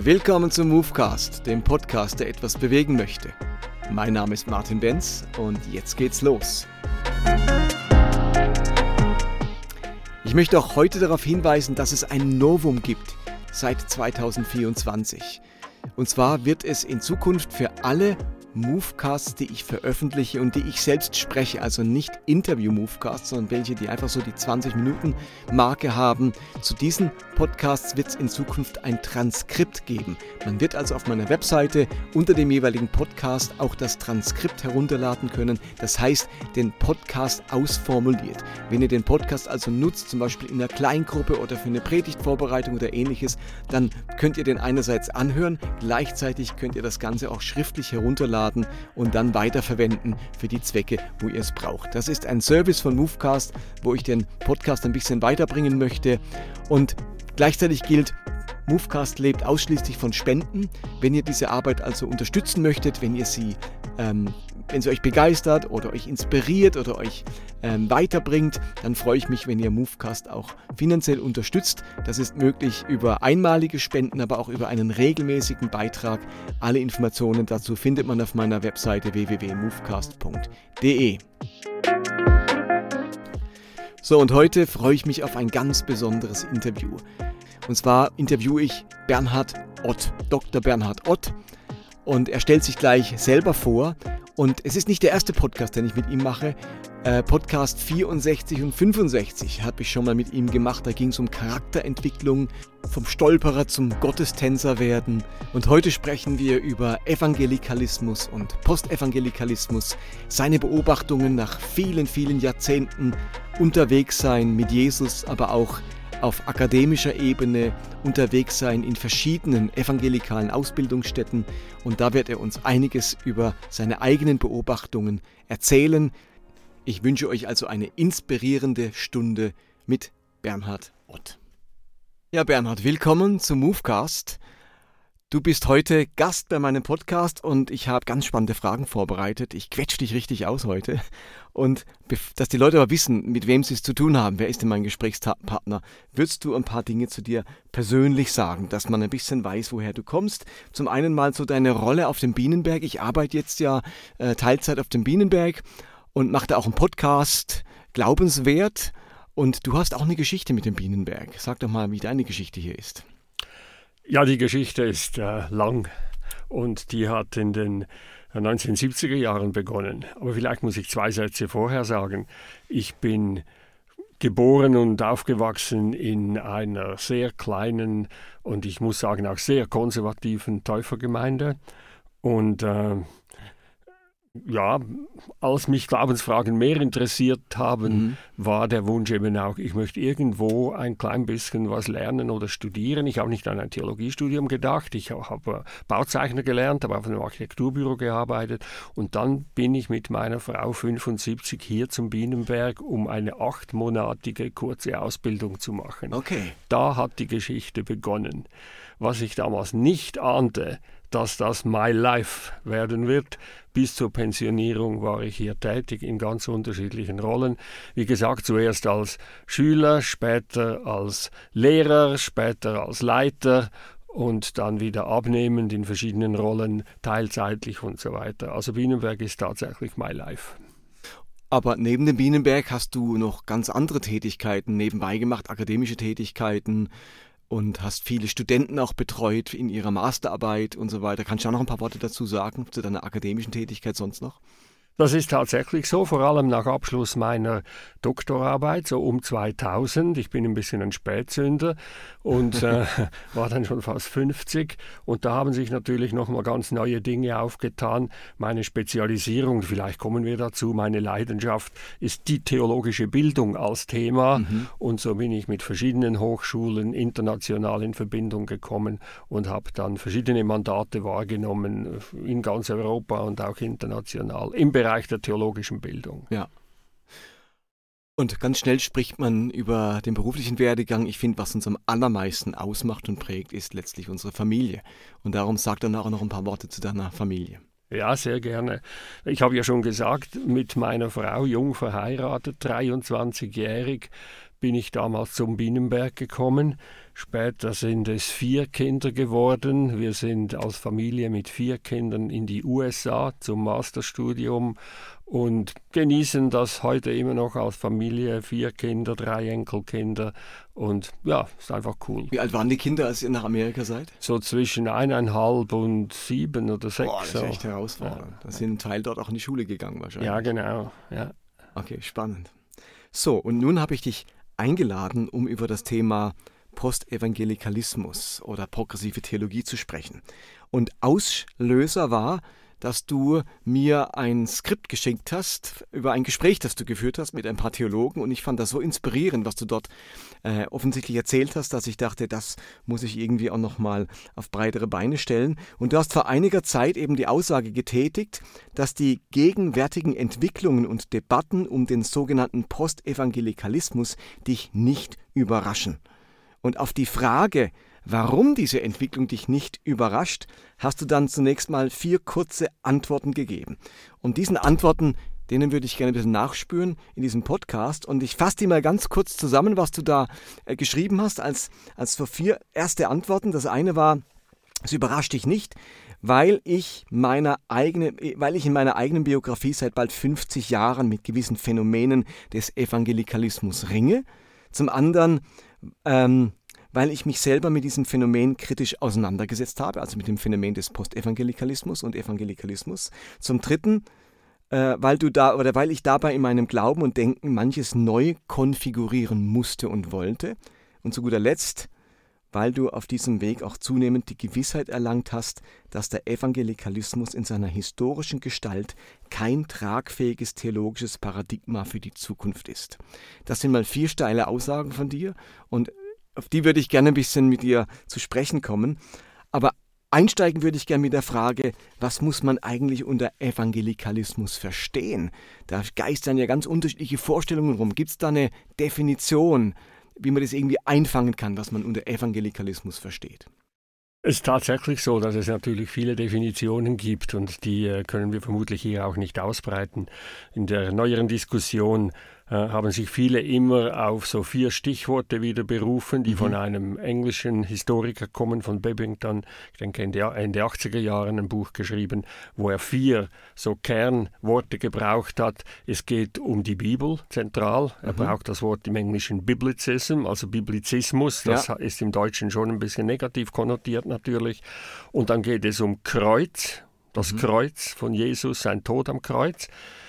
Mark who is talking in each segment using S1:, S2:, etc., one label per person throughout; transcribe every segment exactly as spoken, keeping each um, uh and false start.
S1: Willkommen zum Movecast, dem Podcast, der etwas bewegen möchte. Mein Name ist Martin Benz und jetzt geht's los. Ich möchte auch heute darauf hinweisen, dass es ein Novum gibt seit zweitausendvierundzwanzig. Und zwar wird es in Zukunft für alle Movecasts, die ich veröffentliche und die ich selbst spreche, also nicht Interview-Movecasts, sondern welche, die einfach so die zwanzig-Minuten-Marke haben. Zu diesen Podcasts wird es in Zukunft ein Transkript geben. Man wird also auf meiner Webseite unter dem jeweiligen Podcast auch das Transkript herunterladen können. Das heißt, den Podcast ausformuliert. Wenn ihr den Podcast also nutzt, zum Beispiel in einer Kleingruppe oder für eine Predigtvorbereitung oder ähnliches, dann könnt ihr den einerseits anhören, gleichzeitig könnt ihr das Ganze auch schriftlich herunterladen und dann weiterverwenden für die Zwecke, wo ihr es braucht. Das ist ein Service von Movecast, wo ich den Podcast ein bisschen weiterbringen möchte. Und gleichzeitig gilt, Movecast lebt ausschließlich von Spenden. Wenn ihr diese Arbeit also unterstützen möchtet, wenn ihr sie, ähm, wenn sie euch begeistert oder euch inspiriert oder euch ähm, weiterbringt, dann freue ich mich, wenn ihr Movecast auch finanziell unterstützt. Das ist möglich über einmalige Spenden, aber auch über einen regelmäßigen Beitrag. Alle Informationen dazu findet man auf meiner Webseite w w w punkt movecast punkt d e. So, und heute freue ich mich auf ein ganz besonderes Interview. Und zwar interviewe ich Bernhard Ott, Doktor Bernhard Ott. Und er stellt sich gleich selber vor. Und es ist nicht der erste Podcast, den ich mit ihm mache. Äh, Podcast vierundsechzig und fünfundsechzig habe ich schon mal mit ihm gemacht. Da ging es um Charakterentwicklung, vom Stolperer zum Gottestänzer werden. Und heute sprechen wir über Evangelikalismus und Postevangelikalismus, seine Beobachtungen nach vielen, vielen Jahrzehnten unterwegs sein mit Jesus, aber auch auf akademischer Ebene unterwegs sein in verschiedenen evangelikalen Ausbildungsstätten, und da wird er uns einiges über seine eigenen Beobachtungen erzählen. Ich wünsche euch also eine inspirierende Stunde mit Bernhard Ott. Ja, Bernhard, willkommen zum Movecast. Du bist heute Gast bei meinem Podcast und ich habe ganz spannende Fragen vorbereitet. Ich quetsche dich richtig aus heute. Und dass die Leute aber wissen, mit wem sie es zu tun haben, wer ist denn mein Gesprächspartner, würdest du ein paar Dinge zu dir persönlich sagen, dass man ein bisschen weiß, woher du kommst. Zum einen mal so deine Rolle auf dem Bienenberg. Ich arbeite jetzt ja äh, Teilzeit auf dem Bienenberg und mache da auch einen Podcast, Glaubenswert. Und du hast auch eine Geschichte mit dem Bienenberg. Sag doch mal, wie deine Geschichte hier ist.
S2: Ja, die Geschichte ist äh, lang und die hat in den neunzehnhundertsiebziger Jahren begonnen. Aber vielleicht muss ich zwei Sätze vorher sagen. Ich bin geboren und aufgewachsen in einer sehr kleinen und ich muss sagen auch sehr konservativen Täufergemeinde. Und äh, ja, als mich Glaubensfragen mehr interessiert haben, mhm. war der Wunsch eben auch, ich möchte irgendwo ein klein bisschen was lernen oder studieren. Ich habe nicht an ein Theologiestudium gedacht, ich habe Bauzeichner gelernt, habe auf einem Architekturbüro gearbeitet und dann bin ich mit meiner Frau fünfundsiebzig hier zum Bienenberg, um eine achtmonatige kurze Ausbildung zu machen.
S1: Okay.
S2: Da hat die Geschichte begonnen. Was ich damals nicht ahnte, dass das My Life werden wird. Bis zur Pensionierung war ich hier tätig in ganz unterschiedlichen Rollen. Wie gesagt, zuerst als Schüler, später als Lehrer, später als Leiter und dann wieder abnehmend in verschiedenen Rollen, teilzeitlich und so weiter. Also Bienenberg ist tatsächlich My Life.
S1: Aber neben dem Bienenberg hast du noch ganz andere Tätigkeiten nebenbei gemacht, akademische Tätigkeiten, und hast viele Studenten auch betreut in ihrer Masterarbeit und so weiter. Kannst du auch noch ein paar Worte dazu sagen, zu deiner akademischen Tätigkeit sonst noch?
S2: Das ist tatsächlich so, vor allem nach Abschluss meiner Doktorarbeit, so um zweitausend. Ich bin ein bisschen ein Spätzünder und äh, war dann schon fast fünfzig. Und da haben sich natürlich nochmal ganz neue Dinge aufgetan. Meine Spezialisierung, vielleicht kommen wir dazu, meine Leidenschaft ist die theologische Bildung als Thema. Mhm. Und so bin ich mit verschiedenen Hochschulen international in Verbindung gekommen und habe dann verschiedene Mandate wahrgenommen in ganz Europa und auch international im Bereich der theologischen Bildung.
S1: Ja. Und ganz schnell spricht man über den beruflichen Werdegang. Ich finde, was uns am allermeisten ausmacht und prägt, ist letztlich unsere Familie. Und darum sag dann auch noch ein paar Worte zu deiner Familie.
S2: Ja, sehr gerne. Ich habe ja schon gesagt, mit meiner Frau, jung verheiratet, dreiundzwanzigjährig, bin ich damals zum Bienenberg gekommen. Später sind es vier Kinder geworden. Wir sind als Familie mit vier Kindern in die U S A zum Masterstudium und genießen das heute immer noch als Familie. Vier Kinder, drei Enkelkinder und ja, ist einfach cool.
S1: Wie alt waren die Kinder, als ihr nach Amerika seid?
S2: So zwischen eineinhalb und sieben oder sechs.
S1: Boah, das ist echt herausfordernd. Ja. Da sind ein Teil dort auch in die Schule gegangen wahrscheinlich.
S2: Ja, genau. Ja.
S1: Okay, spannend. So, und nun habe ich dich eingeladen, um über das Thema Postevangelikalismus oder progressive Theologie zu sprechen. Und Auslöser war, dass du mir ein Skript geschickt hast über ein Gespräch, das du geführt hast mit ein paar Theologen. Und ich fand das so inspirierend, was du dort äh, offensichtlich erzählt hast, dass ich dachte, das muss ich irgendwie auch nochmal auf breitere Beine stellen. Und du hast vor einiger Zeit eben die Aussage getätigt, dass die gegenwärtigen Entwicklungen und Debatten um den sogenannten Postevangelikalismus dich nicht überraschen. Und auf die Frage, warum diese Entwicklung dich nicht überrascht, hast du dann zunächst mal vier kurze Antworten gegeben. Und diesen Antworten, denen würde ich gerne ein bisschen nachspüren in diesem Podcast. Und ich fasse die mal ganz kurz zusammen, was du da äh, geschrieben hast, als, als so vier erste Antworten. Das eine war, es überrascht dich nicht, weil ich, meiner eigene, weil ich in meiner eigenen Biografie seit bald fünfzig Jahren mit gewissen Phänomenen des Evangelikalismus ringe. Zum anderen, ähm, weil ich mich selber mit diesem Phänomen kritisch auseinandergesetzt habe, also mit dem Phänomen des Postevangelikalismus und Evangelikalismus. Zum Dritten, äh, weil du da oder weil ich dabei in meinem Glauben und Denken manches neu konfigurieren musste und wollte. Und zu guter Letzt, weil du auf diesem Weg auch zunehmend die Gewissheit erlangt hast, dass der Evangelikalismus in seiner historischen Gestalt kein tragfähiges theologisches Paradigma für die Zukunft ist. Das sind mal vier steile Aussagen von dir und auf die würde ich gerne ein bisschen mit dir zu sprechen kommen. Aber einsteigen würde ich gerne mit der Frage, was muss man eigentlich unter Evangelikalismus verstehen? Da geistern ja ganz unterschiedliche Vorstellungen rum. Gibt es da eine Definition, wie man das irgendwie einfangen kann, was man unter Evangelikalismus versteht?
S2: Es ist tatsächlich so, dass es natürlich viele Definitionen gibt und die äh, können wir vermutlich hier auch nicht ausbreiten. In der neueren Diskussion äh, haben sich viele immer auf so vier Stichworte wieder berufen, die mhm. von einem englischen Historiker kommen, von Babington, ich denke Ende achtziger Jahren ein Buch geschrieben, wo er vier so Kernworte gebraucht hat. Es geht um die Bibel zentral. Er mhm. braucht das Wort im Englischen Biblicism, also Biblizismus. Das ja. ist im Deutschen schon ein bisschen negativ konnotiert natürlich. Und dann geht es um Kreuz, das mhm. Kreuz von Jesus, sein Tod am Kreuz.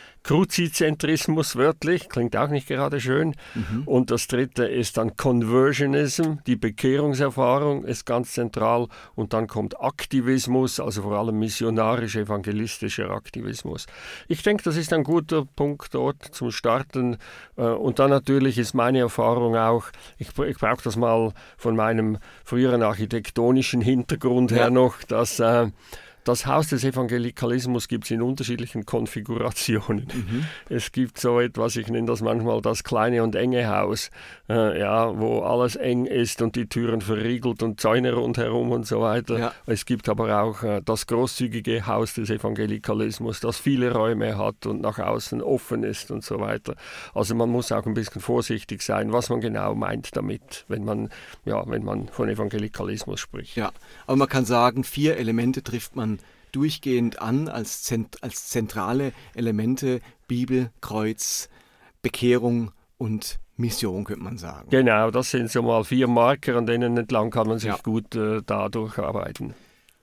S2: Kruzizentrismus wörtlich, klingt auch nicht gerade schön. Mhm. Und das dritte ist dann Conversionism, die Bekehrungserfahrung ist ganz zentral. Und dann kommt Aktivismus, also vor allem missionarisch-evangelistischer Aktivismus. Ich denke, das ist ein guter Punkt dort zum Starten. Und dann natürlich ist meine Erfahrung auch, ich, ich brauche das mal von meinem früheren architektonischen Hintergrund her ja. noch, dass äh, das Haus des Evangelikalismus gibt es in unterschiedlichen Konfigurationen. Mhm. Es gibt so etwas, ich nenne das manchmal das kleine und enge Haus, äh, ja, wo alles eng ist und die Türen verriegelt und Zäune rundherum und so weiter. Ja. Es gibt aber auch äh, das großzügige Haus des Evangelikalismus, das viele Räume hat und nach außen offen ist und so weiter. Also man muss auch ein bisschen vorsichtig sein, was man genau meint damit, wenn man, ja, wenn man von Evangelikalismus spricht.
S1: Ja, aber man kann sagen, vier Elemente trifft man durchgehend an als, zent- als zentrale Elemente: Bibel, Kreuz, Bekehrung und Mission, könnte man sagen.
S2: Genau, das sind so mal vier Marker, an denen entlang kann man sich ja. gut äh, da durcharbeiten.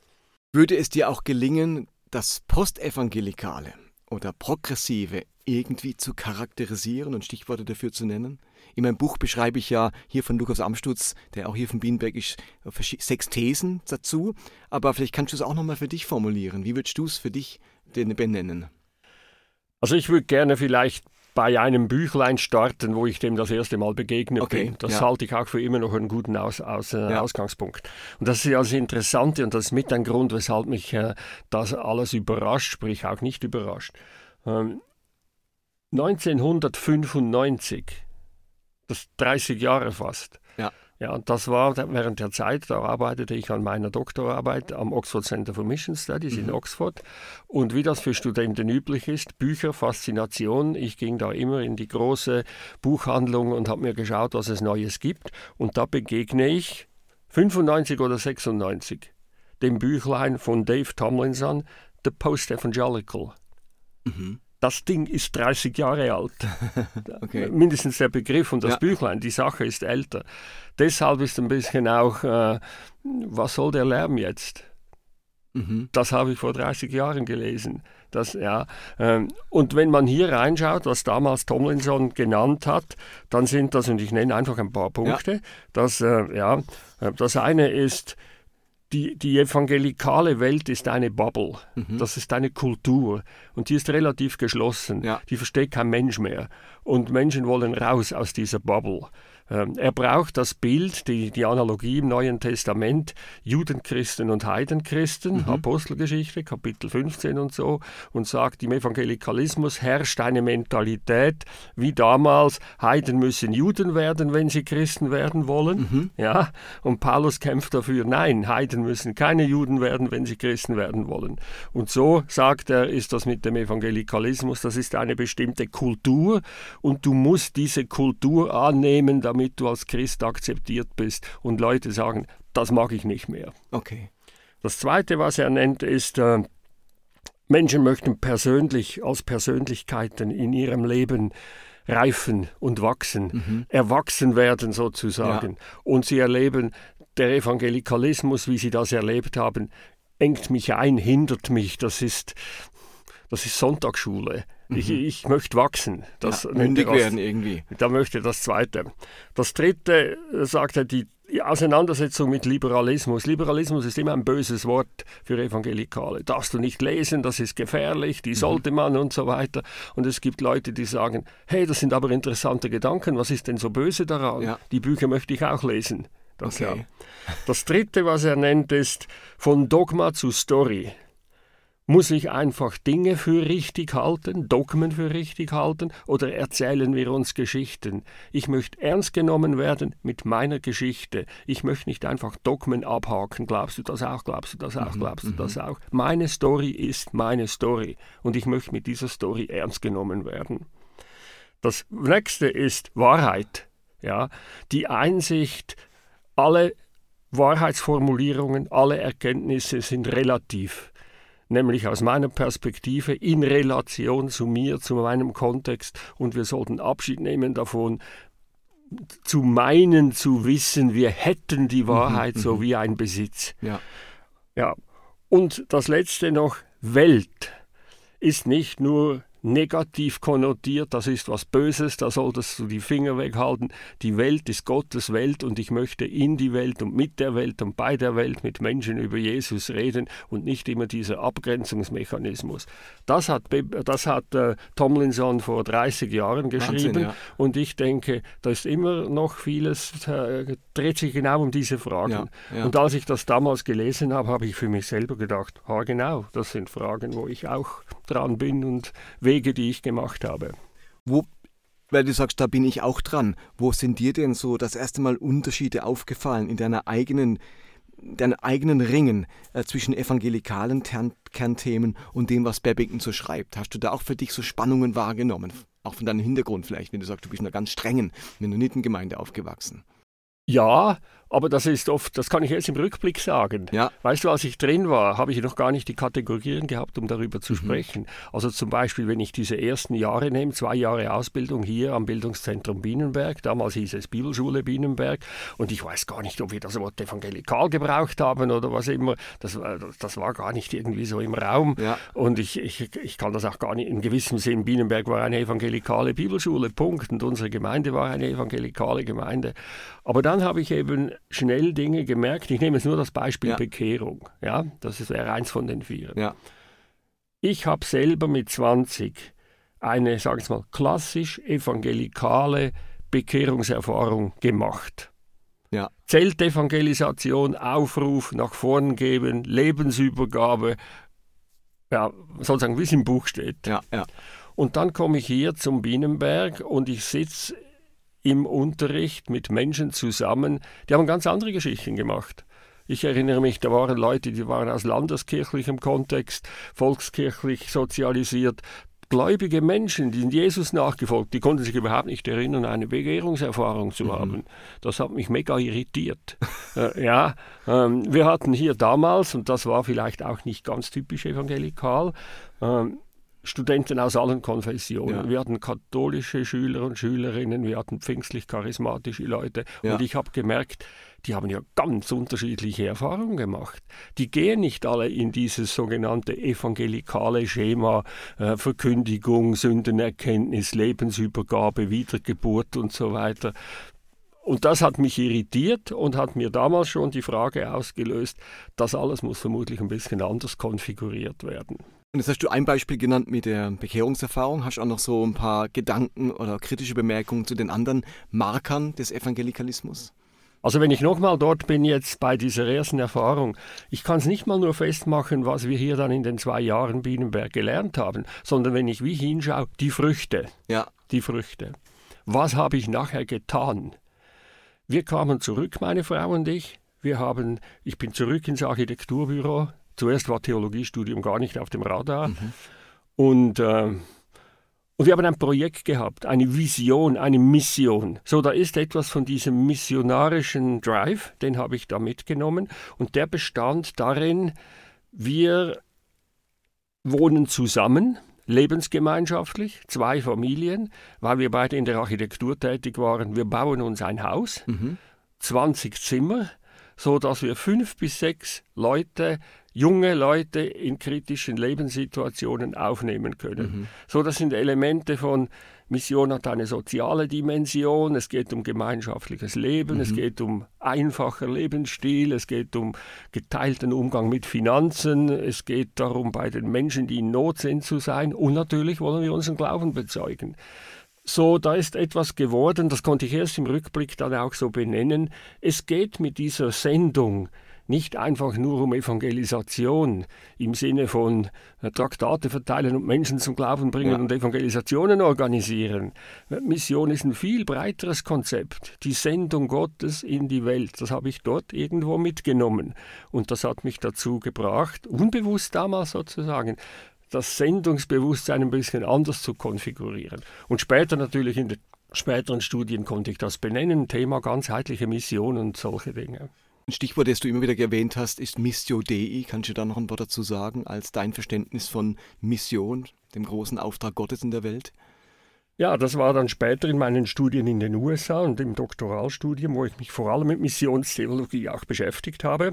S1: Würde es dir auch gelingen, das Postevangelikale oder Progressive irgendwie zu charakterisieren und Stichworte dafür zu nennen? In meinem Buch beschreibe ich ja hier von Lukas Amstutz, der auch hier von Bienenberg ist, sechs Thesen dazu. Aber vielleicht kannst du es auch nochmal für dich formulieren. Wie würdest du es für dich denn benennen?
S2: Also ich würde gerne vielleicht bei einem Büchlein starten, wo ich dem das erste Mal begegnet okay, bin. Das ja. halte ich auch für immer noch einen guten Aus, Aus, äh, ja. Ausgangspunkt. Und das ist ja das Interessante und das ist mit ein Grund, weshalb mich äh, das alles überrascht, sprich auch nicht überrascht. Ähm, neunzehnhundertfünfundneunzig, das dreißig Jahre fast,
S1: ja.
S2: Ja, und das war während der Zeit, da arbeitete ich an meiner Doktorarbeit am Oxford Center for Mission Studies mhm. in Oxford. Und wie das für Studenten üblich ist, Bücher, Faszination. Ich ging da immer in die große Buchhandlung und habe mir geschaut, was es Neues gibt. Und da begegne ich fünfundneunzig oder sechsundneunzig dem Büchlein von Dave Tomlinson, The Post-Evangelical. Mhm. Das Ding ist dreißig Jahre alt. Okay. Mindestens der Begriff und das ja. Büchlein, die Sache ist älter. Deshalb ist ein bisschen auch, äh, was soll der Lärm jetzt? Mhm. Das habe ich vor dreißig Jahren gelesen. Das, ja, ähm, und wenn man hier reinschaut, was damals Tomlinson genannt hat, dann sind das, und ich nenne einfach ein paar Punkte, ja. Das, äh, ja, das eine ist, Die, die evangelikale Welt ist eine Bubble, mhm. das ist eine Kultur und die ist relativ geschlossen, ja. Die versteht kein Mensch mehr und Menschen wollen raus aus dieser Bubble. Ähm, er braucht das Bild, die, die Analogie im Neuen Testament, Judenchristen und Heidenchristen, mhm. Apostelgeschichte, Kapitel fünfzehn und so, und sagt, im Evangelikalismus herrscht eine Mentalität wie damals, Heiden müssen Juden werden, wenn sie Christen werden wollen. Mhm. Ja? Und Paulus kämpft dafür, nein, Heiden müssen keine Juden werden, wenn sie Christen werden wollen. Und so, sagt er, ist das mit dem Evangelikalismus, das ist eine bestimmte Kultur und du musst diese Kultur annehmen, damit damit du als Christ akzeptiert bist und Leute sagen, das mag ich nicht mehr.
S1: Okay.
S2: Das Zweite, was er nennt, ist, äh, Menschen möchten persönlich, als Persönlichkeiten in ihrem Leben reifen und wachsen, mhm. erwachsen werden sozusagen. Ja. Und sie erleben, der Evangelikalismus, wie sie das erlebt haben, engt mich ein, hindert mich, das ist... Das ist Sonntagsschule. Mhm. Ich, ich möchte wachsen. Das
S1: ja, mündig werden irgendwie.
S2: Da möchte das Zweite. Das Dritte, sagt er, die Auseinandersetzung mit Liberalismus. Liberalismus ist immer ein böses Wort für Evangelikale. Darfst du nicht lesen, das ist gefährlich, die sollte man und so weiter. Und es gibt Leute, die sagen, hey, das sind aber interessante Gedanken, was ist denn so böse daran? Ja. Die Bücher möchte ich auch lesen. Das, okay. ja. Das Dritte, was er nennt, ist von Dogma zu Story. Muss ich einfach Dinge für richtig halten, Dogmen für richtig halten, oder erzählen wir uns Geschichten? Ich möchte ernst genommen werden mit meiner Geschichte. Ich möchte nicht einfach Dogmen abhaken. Glaubst du das auch? Glaubst du das auch? Mhm, glaubst du das m-m. auch? Meine Story ist meine Story und ich möchte mit dieser Story ernst genommen werden. Das nächste ist Wahrheit. Ja? Die Einsicht, alle Wahrheitsformulierungen, alle Erkenntnisse sind relativ. Nämlich aus meiner Perspektive in Relation zu mir, zu meinem Kontext. Und wir sollten Abschied nehmen davon, zu meinen, zu wissen, wir hätten die Wahrheit mhm, so wie ein Besitz. Ja. Ja. Und das Letzte noch, Welt ist nicht nur negativ konnotiert, das ist was Böses, da solltest du die Finger weghalten. Die Welt ist Gottes Welt und ich möchte in die Welt und mit der Welt und bei der Welt mit Menschen über Jesus reden und nicht immer dieser Abgrenzungsmechanismus. Das hat, das hat äh, Tomlinson vor dreißig Jahren geschrieben. Wahnsinn, ja. Und ich denke, da ist immer noch vieles, äh, dreht sich genau um diese Fragen. Ja, ja. Und als ich das damals gelesen habe, habe ich für mich selber gedacht, ha genau, das sind Fragen, wo ich auch dran bin und Wege, die ich gemacht habe.
S1: Wo, weil du sagst, da bin ich auch dran. Wo sind dir denn so das erste Mal Unterschiede aufgefallen in deiner eigenen, deinen eigenen Ringen äh, zwischen evangelikalen Tern- Kernthemen und dem, was Babington so schreibt? Hast du da auch für dich so Spannungen wahrgenommen? Auch von deinem Hintergrund vielleicht, wenn du sagst, du bist in einer ganz strengen Mennonitengemeinde aufgewachsen.
S2: Ja, aber das ist oft, das kann ich jetzt im Rückblick sagen. Ja. Weißt du, als ich drin war, habe ich noch gar nicht die Kategorien gehabt, um darüber zu mhm. sprechen. Also zum Beispiel, wenn ich diese ersten Jahre nehme, zwei Jahre Ausbildung hier am Bildungszentrum Bienenberg, damals hieß es Bibelschule Bienenberg, und ich weiß gar nicht, ob wir das Wort evangelikal gebraucht haben oder was immer. Das, das war gar nicht irgendwie so im Raum. Ja. Und ich, ich, ich kann das auch gar nicht, in gewissem Sinn, Bienenberg war eine evangelikale Bibelschule, Punkt. Und unsere Gemeinde war eine evangelikale Gemeinde. Aber dann habe ich eben schnell Dinge gemerkt. Ich nehme jetzt nur das Beispiel ja. Bekehrung. Ja, das wäre eins von den vier. Ja. Ich habe selber mit zwanzig eine, sage ich mal, klassisch evangelikale Bekehrungserfahrung gemacht. Ja. Zeltevangelisation, Aufruf, nach vorn geben, Lebensübergabe, ja, sozusagen wie es im Buch steht. Ja, ja. Und dann komme ich hier zum Bienenberg und ich sitze im Unterricht mit Menschen zusammen, die haben ganz andere Geschichten gemacht. Ich erinnere mich, da waren Leute, die waren aus landeskirchlichem Kontext, volkskirchlich sozialisiert, gläubige Menschen, die sind Jesus nachgefolgt, die konnten sich überhaupt nicht erinnern, eine Bekehrungserfahrung zu mhm. haben. Das hat mich mega irritiert. äh, ja, ähm, wir hatten hier damals, und das war vielleicht auch nicht ganz typisch evangelikal, ähm, Studenten aus allen Konfessionen. Ja. Wir hatten katholische Schüler und Schülerinnen, wir hatten pfingstlich-charismatische Leute. Ja. Und ich habe gemerkt, die haben ja ganz unterschiedliche Erfahrungen gemacht. Die gehen nicht alle in dieses sogenannte evangelikale Schema, äh, Verkündigung, Sündenerkenntnis, Lebensübergabe, Wiedergeburt und so weiter. Und das hat mich irritiert und hat mir damals schon die Frage ausgelöst, das alles muss vermutlich ein bisschen anders konfiguriert werden.
S1: Und jetzt hast du ein Beispiel genannt mit der Bekehrungserfahrung. Hast du auch noch so ein paar Gedanken oder kritische Bemerkungen zu den anderen Markern des Evangelikalismus?
S2: Also wenn ich nochmal dort bin jetzt bei dieser ersten Erfahrung, ich kann es nicht mal nur festmachen, was wir hier dann in den zwei Jahren Bienenberg gelernt haben, sondern wenn ich wie hinschaue, die Früchte. Ja. Die Früchte. Was habe ich nachher getan? Wir kamen zurück, meine Frau und ich. Wir haben, ich bin zurück ins Architekturbüro. Zuerst war Theologiestudium gar nicht auf dem Radar. Mhm. Und, äh, und wir haben ein Projekt gehabt, eine Vision, eine Mission. So, da ist etwas von diesem missionarischen Drive, den habe ich da mitgenommen. Und der bestand darin, wir wohnen zusammen, lebensgemeinschaftlich, zwei Familien, weil wir beide in der Architektur tätig waren. Wir bauen uns ein Haus, mhm. zwanzig Zimmer, so dass wir fünf bis sechs Leute, junge Leute in kritischen Lebenssituationen aufnehmen können. Mhm. So, das sind Elemente von Mission hat eine soziale Dimension, es geht um gemeinschaftliches Leben, mhm. es geht um einfacher Lebensstil, es geht um geteilten Umgang mit Finanzen, es geht darum, bei den Menschen, die in Not sind, zu sein, und natürlich wollen wir unseren Glauben bezeugen. So, da ist etwas geworden, das konnte ich erst im Rückblick dann auch so benennen. Es geht mit dieser Sendung nicht einfach nur um Evangelisation im Sinne von äh, Traktate verteilen und Menschen zum Glauben bringen ja. und Evangelisationen organisieren. Mission ist ein viel breiteres Konzept. Die Sendung Gottes in die Welt, das habe ich dort irgendwo mitgenommen. Und das hat mich dazu gebracht, unbewusst damals sozusagen, das Sendungsbewusstsein ein bisschen anders zu konfigurieren. Und später natürlich in den späteren Studien konnte ich das benennen, Thema ganzheitliche Mission und solche Dinge.
S1: Ein Stichwort, das du immer wieder erwähnt hast, ist Missio Dei. Kannst du da noch ein Wort dazu sagen, als dein Verständnis von Mission, dem großen Auftrag Gottes in der Welt?
S2: Ja, das war dann später in meinen Studien in den U S A und im Doktoralstudium, wo ich mich vor allem mit Missionstheologie auch beschäftigt habe.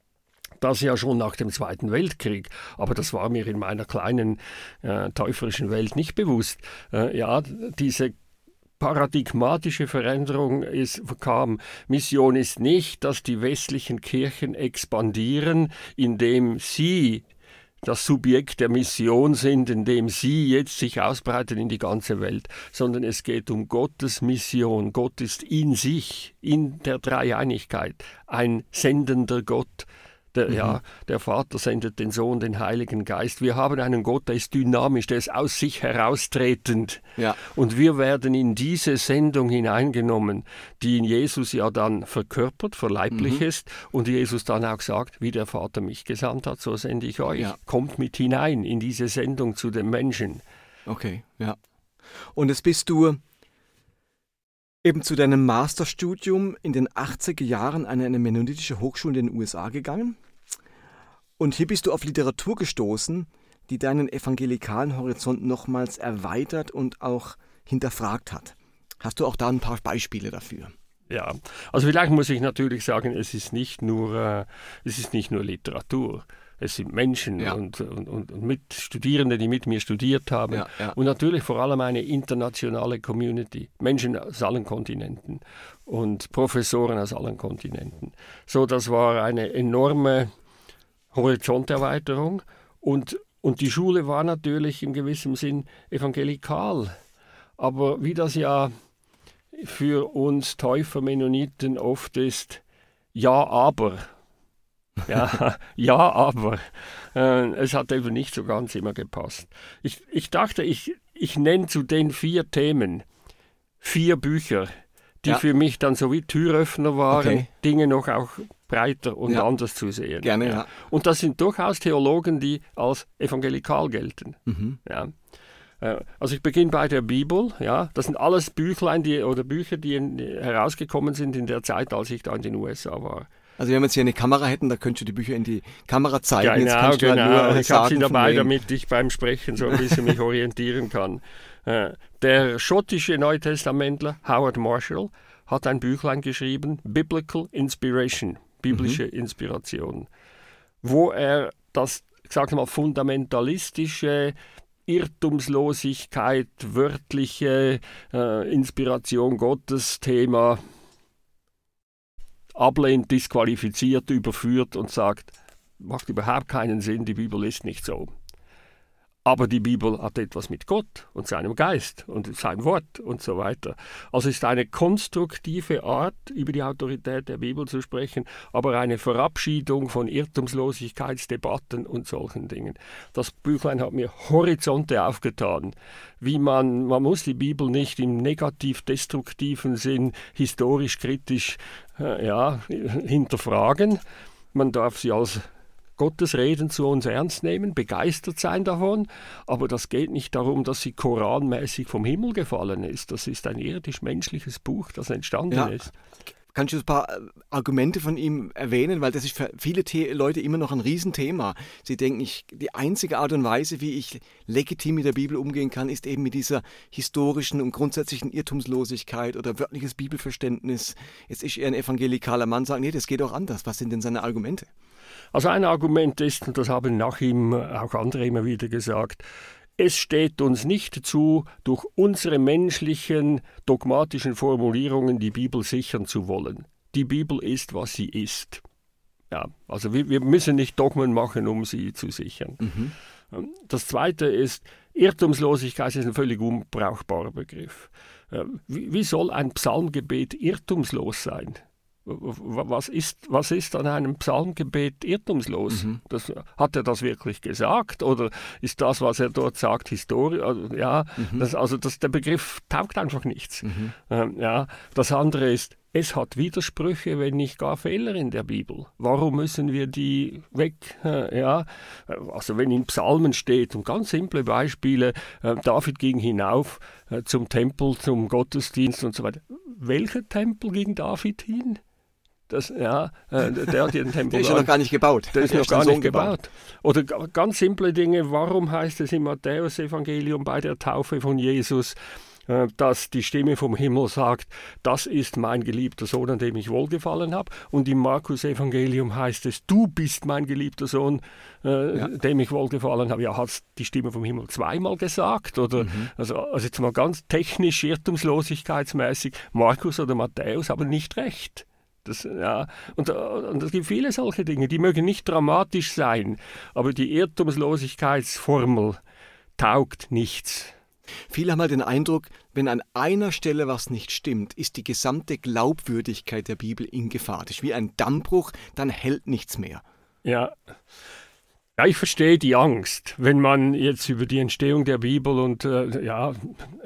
S2: Das ja schon nach dem Zweiten Weltkrieg, aber das war mir in meiner kleinen äh, täuferischen Welt nicht bewusst. Äh, ja, diese paradigmatische Veränderung ist, kam. Mission ist nicht, dass die westlichen Kirchen expandieren, indem sie das Subjekt der Mission sind, indem sie jetzt sich ausbreiten in die ganze Welt, sondern es geht um Gottes Mission. Gott ist in sich, in der Dreieinigkeit, ein sendender Gott. Der, mhm. ja, der Vater sendet den Sohn, den Heiligen Geist. Wir haben einen Gott, der ist dynamisch, der ist aus sich heraustretend. Ja. Und wir werden in diese Sendung hineingenommen, die in Jesus ja dann verkörpert, verleiblich mhm. ist. Und Jesus dann auch sagt, wie der Vater mich gesandt hat, so sende ich euch. Ja. Kommt mit hinein in diese Sendung zu den Menschen.
S1: Okay, ja. Und jetzt bist du eben zu deinem Masterstudium in den achtziger Jahren an eine mennonitische Hochschule in den U S A gegangen. Und hier bist du auf Literatur gestoßen, die deinen evangelikalen Horizont nochmals erweitert und auch hinterfragt hat. Hast du auch da ein paar Beispiele dafür?
S2: Ja, also vielleicht muss ich natürlich sagen, es ist nicht nur, äh, es ist nicht nur Literatur. Es sind Menschen ja. und, und, und Mitstudierende, die mit mir studiert haben. Ja, ja. Und natürlich vor allem eine internationale Community. Menschen aus allen Kontinenten und Professoren aus allen Kontinenten. So, das war eine enorme Horizonterweiterung. Und, und die Schule war natürlich im gewissen Sinn evangelikal. Aber wie das ja für uns Täufer-Mennoniten oft ist, ja, aber... Ja, ja, aber äh, es hat eben nicht so ganz immer gepasst. Ich, ich dachte, ich, ich nenne zu den vier Themen vier Bücher, die
S1: ja.
S2: für mich dann so wie Türöffner waren,
S1: Okay.
S2: Dinge noch auch breiter und
S1: Ja.
S2: anders zu sehen.
S1: Gerne, ja.
S2: Und das sind durchaus Theologen, die als evangelikal gelten.
S1: Mhm.
S2: Ja. Äh, Also ich beginne bei der Bibel. Ja. Das sind alles Büchlein die, oder Bücher, die in, herausgekommen sind in der Zeit, als ich da in den U S A war.
S1: Also wenn wir jetzt hier eine Kamera hätten, da könntest du die Bücher in die Kamera zeigen. Jetzt
S2: Genau,
S1: kannst du halt
S2: genau.
S1: nur, äh,
S2: Ich habe sie
S1: sagen, von
S2: dabei,
S1: wem.
S2: damit ich beim Sprechen so ein bisschen mich orientieren kann. Äh, Der schottische Neutestamentler Howard Marshall hat ein Büchlein geschrieben, Biblical Inspiration, biblische
S1: Mhm.
S2: Inspiration, wo er das, ich sage mal, fundamentalistische Irrtumslosigkeit, wörtliche äh, Inspiration Gottes Thema ablehnt, disqualifiziert, überführt und sagt, macht überhaupt keinen Sinn, die Bibel ist nicht so. Aber die Bibel hat etwas mit Gott und seinem Geist und seinem Wort und so weiter. Also ist eine konstruktive Art, über die Autorität der Bibel zu sprechen, aber eine Verabschiedung von Irrtumslosigkeitsdebatten und solchen Dingen. Das Büchlein hat mir Horizonte aufgetan, wie man, man muss die Bibel nicht im negativ-destruktiven Sinn historisch kritisch äh, ja, hinterfragen. Man darf sie als Gottes Reden zu uns ernst nehmen, begeistert sein davon, aber das geht nicht darum, dass sie koranmäßig vom Himmel gefallen ist. Das ist ein irdisch-menschliches Buch, das entstanden
S1: Ja.
S2: ist.
S1: Kannst du ein paar äh, Argumente von ihm erwähnen? Weil das ist für viele The Leute immer noch ein Riesenthema. Sie denken, ich, die einzige Art und Weise, wie ich legitim mit der Bibel umgehen kann, ist eben mit dieser historischen und grundsätzlichen Irrtumslosigkeit oder wörtliches Bibelverständnis. Jetzt ist er ein evangelikaler Mann, sagt, nee, das geht auch anders. Was sind denn seine Argumente?
S2: Also ein Argument ist, und das haben nach ihm auch andere immer wieder gesagt, es steht uns nicht zu, durch unsere menschlichen dogmatischen Formulierungen die Bibel sichern zu wollen. Die Bibel ist, was sie ist. Ja, also wir, wir müssen nicht Dogmen machen, um sie zu sichern.
S1: Mhm.
S2: Das Zweite ist, Irrtumslosigkeit ist ein völlig unbrauchbarer Begriff. Wie, wie soll ein Psalmgebet irrtumslos sein? Was ist, was ist an einem Psalmgebet irrtumslos? Mhm. Das, hat er das wirklich gesagt? Oder ist das, was er dort sagt, Historie? Also, ja, mhm. das, also das, der Begriff taugt einfach nichts. Mhm. Ähm, ja. Das andere ist, es hat Widersprüche, wenn nicht gar Fehler in der Bibel. Warum müssen wir die weg? Äh, ja, also wenn in Psalmen steht, und ganz simple Beispiele, äh, David ging hinauf äh, zum Tempel, zum Gottesdienst und so weiter. Welcher Tempel ging David hin? Das, ja, äh, der hat den Tempel.
S1: Der ist ja noch gar nicht gebaut.
S2: Der ist noch gar nicht gebaut. Oder g- ganz simple Dinge. Warum heißt es im Matthäus-Evangelium bei der Taufe von Jesus, äh, dass die Stimme vom Himmel sagt, das ist mein geliebter Sohn, an dem ich wohlgefallen habe. Und im Markus-Evangelium heißt es, du bist mein geliebter Sohn, äh, ja. dem ich wohlgefallen habe. Ja, hat es die Stimme vom Himmel zweimal gesagt? Oder, mhm. also, also jetzt mal ganz technisch, irrtumslosigkeitsmäßig, Markus oder Matthäus haben nicht recht. Das, ja, und, und es gibt viele solche Dinge, die mögen nicht dramatisch sein, aber die Irrtumslosigkeitsformel taugt nichts.
S1: Viele haben halt den Eindruck, wenn an einer Stelle was nicht stimmt, ist die gesamte Glaubwürdigkeit der Bibel in Gefahr. Das ist wie ein Dammbruch, dann hält nichts mehr.
S2: Ja. Ja, ich verstehe die Angst, wenn man jetzt über die Entstehung der Bibel und äh, ja,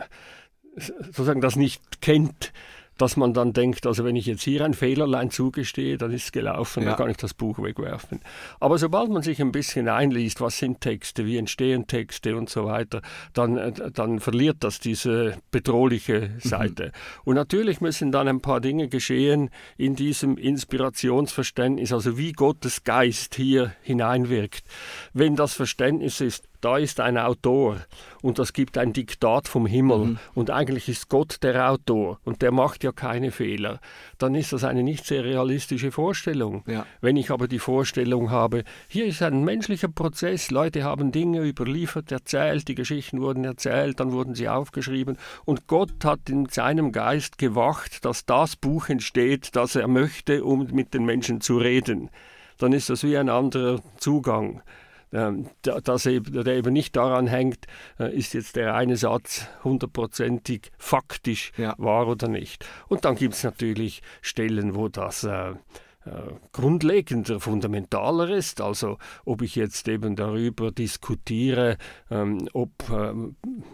S2: sozusagen das nicht kennt, dass man dann denkt, also wenn ich jetzt hier ein Fehlerlein zugestehe, dann ist es gelaufen, ja. Dann kann ich das Buch wegwerfen. Aber sobald man sich ein bisschen einliest, was sind Texte, wie entstehen Texte und so weiter, dann, dann verliert das diese bedrohliche Seite. Mhm. Und natürlich müssen dann ein paar Dinge geschehen in diesem Inspirationsverständnis, also wie Gottes Geist hier hineinwirkt. Wenn das Verständnis ist, da ist ein Autor und das gibt ein Diktat vom Himmel mhm. und eigentlich ist Gott der Autor und der macht ja keine Fehler, dann ist das eine nicht sehr realistische Vorstellung. Ja. Wenn ich aber die Vorstellung habe, hier ist ein menschlicher Prozess, Leute haben Dinge überliefert, erzählt, die Geschichten wurden erzählt, dann wurden sie aufgeschrieben und Gott hat in seinem Geist gewacht, dass das Buch entsteht, das er möchte, um mit den Menschen zu reden. Dann ist das wie ein anderer Zugang. Dass eben, der eben nicht daran hängt, ist jetzt der eine Satz hundertprozentig faktisch ja. wahr oder nicht. Und dann gibt es natürlich Stellen, wo das äh, grundlegender, fundamentaler ist. Also ob ich jetzt eben darüber diskutiere, ähm, ob ähm,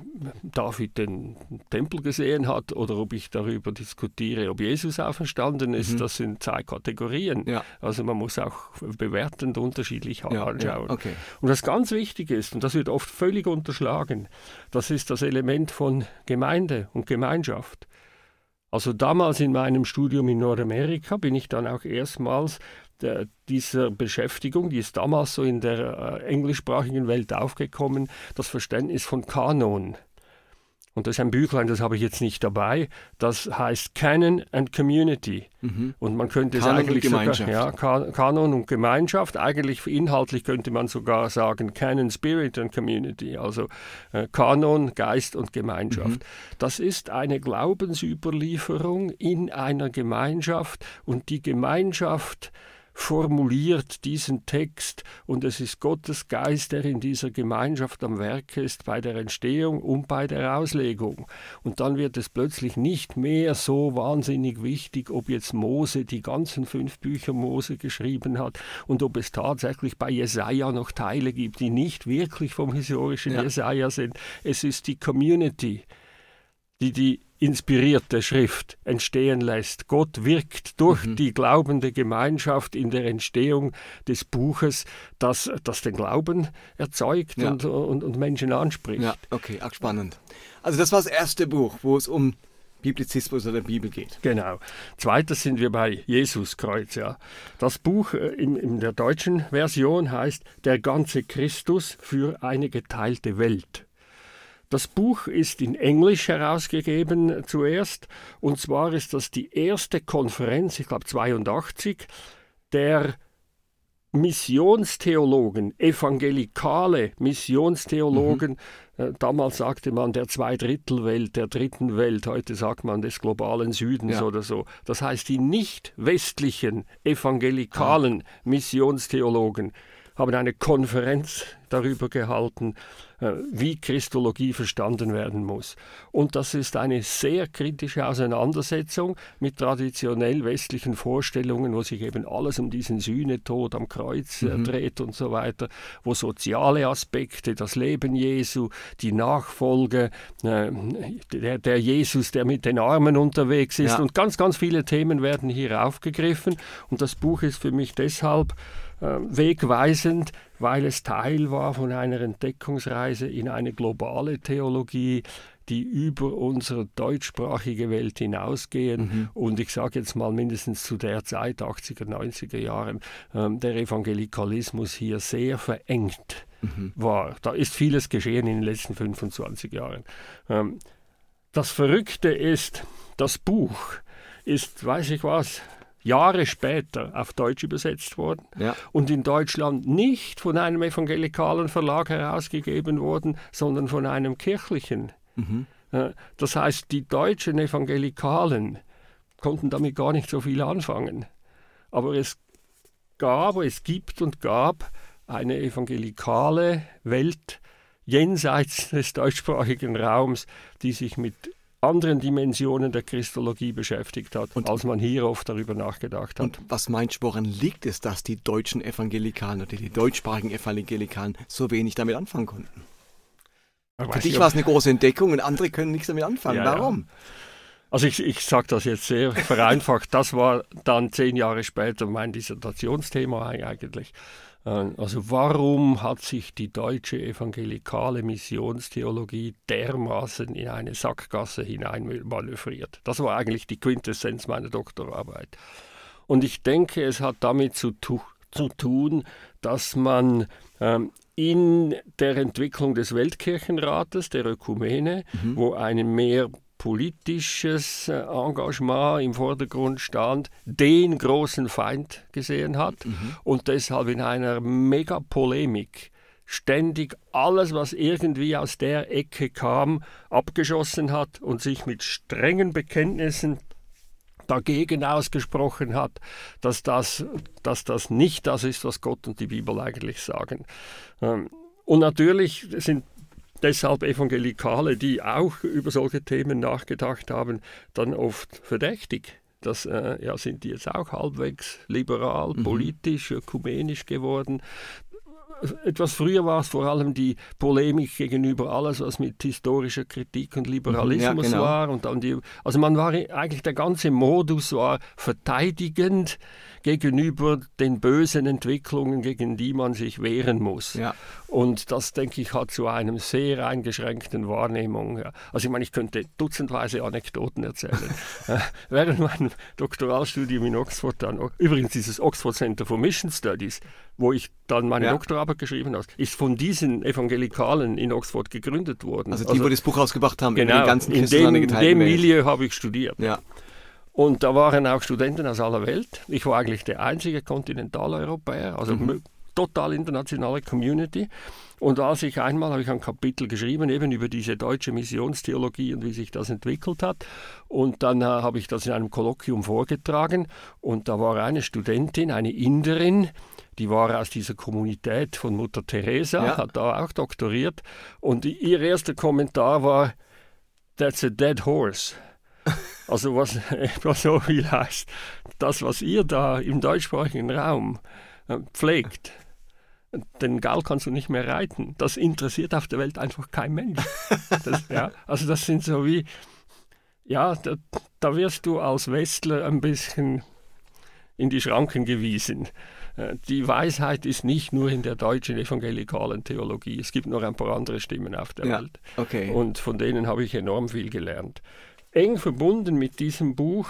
S2: David den Tempel gesehen hat oder ob ich darüber diskutiere, ob Jesus auferstanden ist, mhm. das sind zwei Kategorien. Ja. Also man muss auch bewertend unterschiedlich ja, anschauen. Ja, okay. Und das ganz Wichtige ist, und das wird oft völlig unterschlagen, das ist das Element von Gemeinde und Gemeinschaft. Also damals in meinem Studium in Nordamerika bin ich dann auch erstmals der, dieser Beschäftigung, die ist damals so in der äh, englischsprachigen Welt aufgekommen, das Verständnis von Kanon. Und das ist ein Büchlein, das habe ich jetzt nicht dabei, das heißt Canon and Community. Mhm. Und man könnte
S1: Kanon
S2: es eigentlich
S1: und Gemeinschaft.
S2: sogar, ja, Kan- Kanon und Gemeinschaft, eigentlich inhaltlich könnte man sogar sagen Canon, Spirit and Community, also äh, Kanon, Geist und Gemeinschaft. Mhm. Das ist eine Glaubensüberlieferung in einer Gemeinschaft und die Gemeinschaft formuliert diesen Text und es ist Gottes Geist, der in dieser Gemeinschaft am Werk ist, bei der Entstehung und bei der Auslegung. Und dann wird es plötzlich nicht mehr so wahnsinnig wichtig, ob jetzt Mose die ganzen fünf Bücher Mose geschrieben hat und ob es tatsächlich bei Jesaja noch Teile gibt, die nicht wirklich vom historischen ja. Jesaja sind. Es ist die Community, die die inspirierte Schrift entstehen lässt. Gott wirkt durch mhm. die glaubende Gemeinschaft in der Entstehung des Buches, das, das den Glauben erzeugt ja. und, und, und Menschen anspricht.
S1: Ja, okay, auch spannend. Also das war das erste Buch, wo es um Biblizismus oder Bibel geht.
S2: Genau. Zweites sind wir bei Jesuskreuz. Ja. Das Buch in, in der deutschen Version heißt Der ganze Christus für eine geteilte Welt. Das Buch ist in Englisch herausgegeben zuerst, und zwar ist das die erste Konferenz, ich glaube zweiundachtzig, der Missionstheologen, evangelikale Missionstheologen. Mhm. Äh, damals sagte man der Zweidrittelwelt, der dritten Welt, heute sagt man des globalen Südens ja. oder so. Das heißt, die nicht westlichen evangelikalen ah. Missionstheologen haben eine Konferenz darüber gehalten, wie Christologie verstanden werden muss. Und das ist eine sehr kritische Auseinandersetzung mit traditionell westlichen Vorstellungen, wo sich eben alles um diesen Sühnetod am Kreuz mhm. dreht und so weiter, wo soziale Aspekte, das Leben Jesu, die Nachfolge, äh, der, der Jesus, der mit den Armen unterwegs ist ja. und ganz, ganz viele Themen werden hier aufgegriffen. Und das Buch ist für mich deshalb äh, wegweisend, weil es Teil war von einer Entdeckungsreise in eine globale Theologie, die über unsere deutschsprachige Welt hinausgehen. Mhm. Und ich sage jetzt mal mindestens zu der Zeit, achtziger, neunziger Jahren, ähm, der Evangelikalismus hier sehr verengt mhm. war. Da ist vieles geschehen in den letzten fünfundzwanzig Jahren. Ähm, das Verrückte ist, das Buch ist, weiß ich was, Jahre später auf Deutsch übersetzt worden ja. und in Deutschland nicht von einem evangelikalen Verlag herausgegeben worden, sondern von einem kirchlichen. Mhm. Das heißt, die deutschen Evangelikalen konnten damit gar nicht so viel anfangen. Aber es gab, es gibt und gab eine evangelikale Welt jenseits des deutschsprachigen Raums, die sich mit anderen Dimensionen der Christologie beschäftigt hat, und, als man hier oft darüber nachgedacht hat.
S1: Und was meinst du, woran liegt es, dass die deutschen Evangelikalen oder die deutschsprachigen Evangelikalen so wenig damit anfangen konnten? Für dich war es eine große Entdeckung und andere können nichts damit anfangen. Ja, Warum?
S2: Ja. Also ich, ich sage das jetzt sehr vereinfacht. Das war dann zehn Jahre später mein Dissertationsthema eigentlich. Also warum hat sich die deutsche evangelikale Missionstheologie dermaßen in eine Sackgasse hineinmanövriert? Das war eigentlich die Quintessenz meiner Doktorarbeit. Und ich denke, es hat damit zu, tu- zu tun, dass man ähm, in der Entwicklung des Weltkirchenrates, der Ökumene, mhm. wo eine mehr politisches Engagement im Vordergrund stand, den großen Feind gesehen hat mhm. und deshalb in einer Megapolemik ständig alles, was irgendwie aus der Ecke kam, abgeschossen hat und sich mit strengen Bekenntnissen dagegen ausgesprochen hat, dass das, dass das nicht das ist, was Gott und die Bibel eigentlich sagen. Und natürlich sind deshalb Evangelikale, die auch über solche Themen nachgedacht haben, dann oft verdächtig das äh, ja, sind die jetzt auch halbwegs liberal,
S1: Mhm.
S2: politisch, ökumenisch geworden. Etwas früher war es vor allem die Polemik gegenüber alles, was mit historischer Kritik und Liberalismus
S1: ja, genau.
S2: war. Und dann die, also man war eigentlich, der ganze Modus war verteidigend gegenüber den bösen Entwicklungen, gegen die man sich wehren muss.
S1: Ja.
S2: Und das, denke ich, hat zu einem sehr eingeschränkten Wahrnehmung. Ja. Also ich meine, ich könnte dutzendweise Anekdoten erzählen. äh, während meinem Doktoralstudium in Oxford dann, übrigens dieses Oxford Center for Mission Studies, wo ich dann meine
S1: Ja.
S2: Doktorarbeit geschrieben habe, ist von diesen Evangelikalen in Oxford gegründet worden.
S1: Also die, wo das Buch rausgebracht haben,
S2: genau,
S1: in den ganzen
S2: in
S1: Christen
S2: dem,
S1: an der
S2: in
S1: geteilten
S2: dem
S1: Welt.
S2: Milieu habe ich studiert.
S1: Ja.
S2: Und da waren auch Studenten aus aller Welt. Ich war eigentlich der einzige Kontinentaleuropäer, also
S1: Mhm.
S2: total internationale Community. Und als ich einmal, habe ich ein Kapitel geschrieben, eben über diese deutsche Missionstheologie und wie sich das entwickelt hat. Und dann äh, habe ich das in einem Kolloquium vorgetragen. Und da war eine Studentin, eine Inderin, die war aus dieser Kommunität von Mutter Teresa,
S1: Ja.
S2: hat da auch doktoriert. Und ihr erster Kommentar war, "That's a dead horse." Also was etwa so viel heißt, das, was ihr da im deutschsprachigen Raum äh, pflegt, den Gaul kannst du nicht mehr reiten. Das interessiert auf der Welt einfach kein Mensch. Das, ja, also das sind so wie, ja, da, da wirst du als Westler ein bisschen in die Schranken gewiesen. Äh, Die Weisheit ist nicht nur in der deutschen evangelikalen Theologie. Es gibt noch ein paar andere Stimmen auf der
S1: Ja,
S2: Welt.
S1: okay.
S2: Und von denen habe ich enorm viel gelernt. Eng verbunden mit diesem Buch,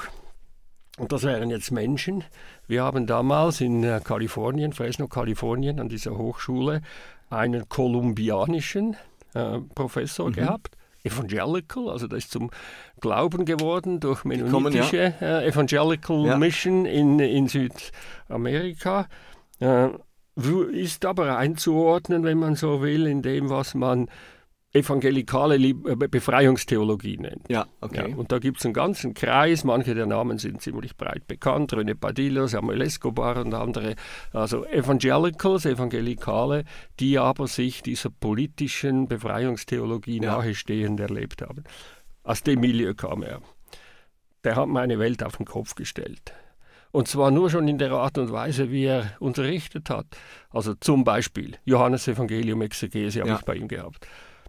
S2: und das wären jetzt Menschen. Wir haben damals in äh, Kalifornien, Fresno, Kalifornien, an dieser Hochschule einen kolumbianischen äh, Professor
S1: Mhm.
S2: gehabt, Evangelical, also der ist zum Glauben geworden durch
S1: Gekommen,
S2: mennonitische äh, Evangelical
S1: Ja.
S2: Mission in, in Südamerika. Äh, wo- ist aber einzuordnen, wenn man so will, in dem, was man evangelikale Lieb- äh, Befreiungstheologie nennt.
S1: Ja, okay.
S2: Ja, und da gibt es einen ganzen Kreis, manche der Namen sind ziemlich breit bekannt, René Padilla, Samuel Escobar und andere, also Evangelicals, Evangelikale, die aber sich dieser politischen Befreiungstheologie
S1: Ja.
S2: nahestehend erlebt haben. Aus dem Milieu kam er. Der hat meine Welt auf den Kopf gestellt. Und zwar nur schon in der Art und Weise, wie er unterrichtet hat. Also zum Beispiel Johannes Evangelium Exegese habe
S1: Ja.
S2: ich bei ihm gehabt.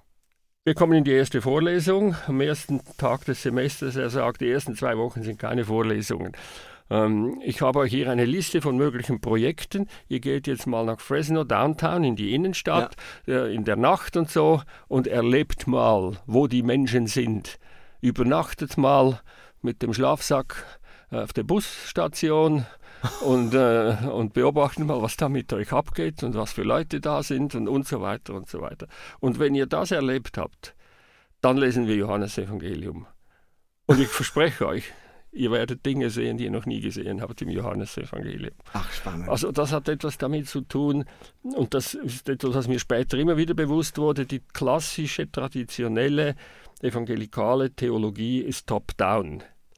S2: Wir kommen in die erste Vorlesung. Am ersten Tag des Semesters, er sagt, die ersten zwei Wochen sind keine Vorlesungen. Ähm, ich habe euch hier eine Liste von möglichen Projekten. Ihr geht jetzt mal nach Fresno, Downtown, in die Innenstadt, äh, in der Nacht und so, und erlebt mal, wo die Menschen sind. Übernachtet mal mit dem Schlafsack äh, auf der Busstation und, äh, und beobachten mal, was da mit euch abgeht und was für Leute da sind und, und so weiter und so weiter. Und wenn ihr das erlebt habt, dann lesen wir Johannes Evangelium. Und ich verspreche euch, ihr werdet Dinge sehen, die ihr noch nie gesehen habt im Johannes Evangelium.
S1: Ach, spannend.
S2: Also das hat etwas damit zu tun, und das ist etwas, was mir später immer wieder bewusst wurde, die klassische, traditionelle evangelikale Theologie ist top-down.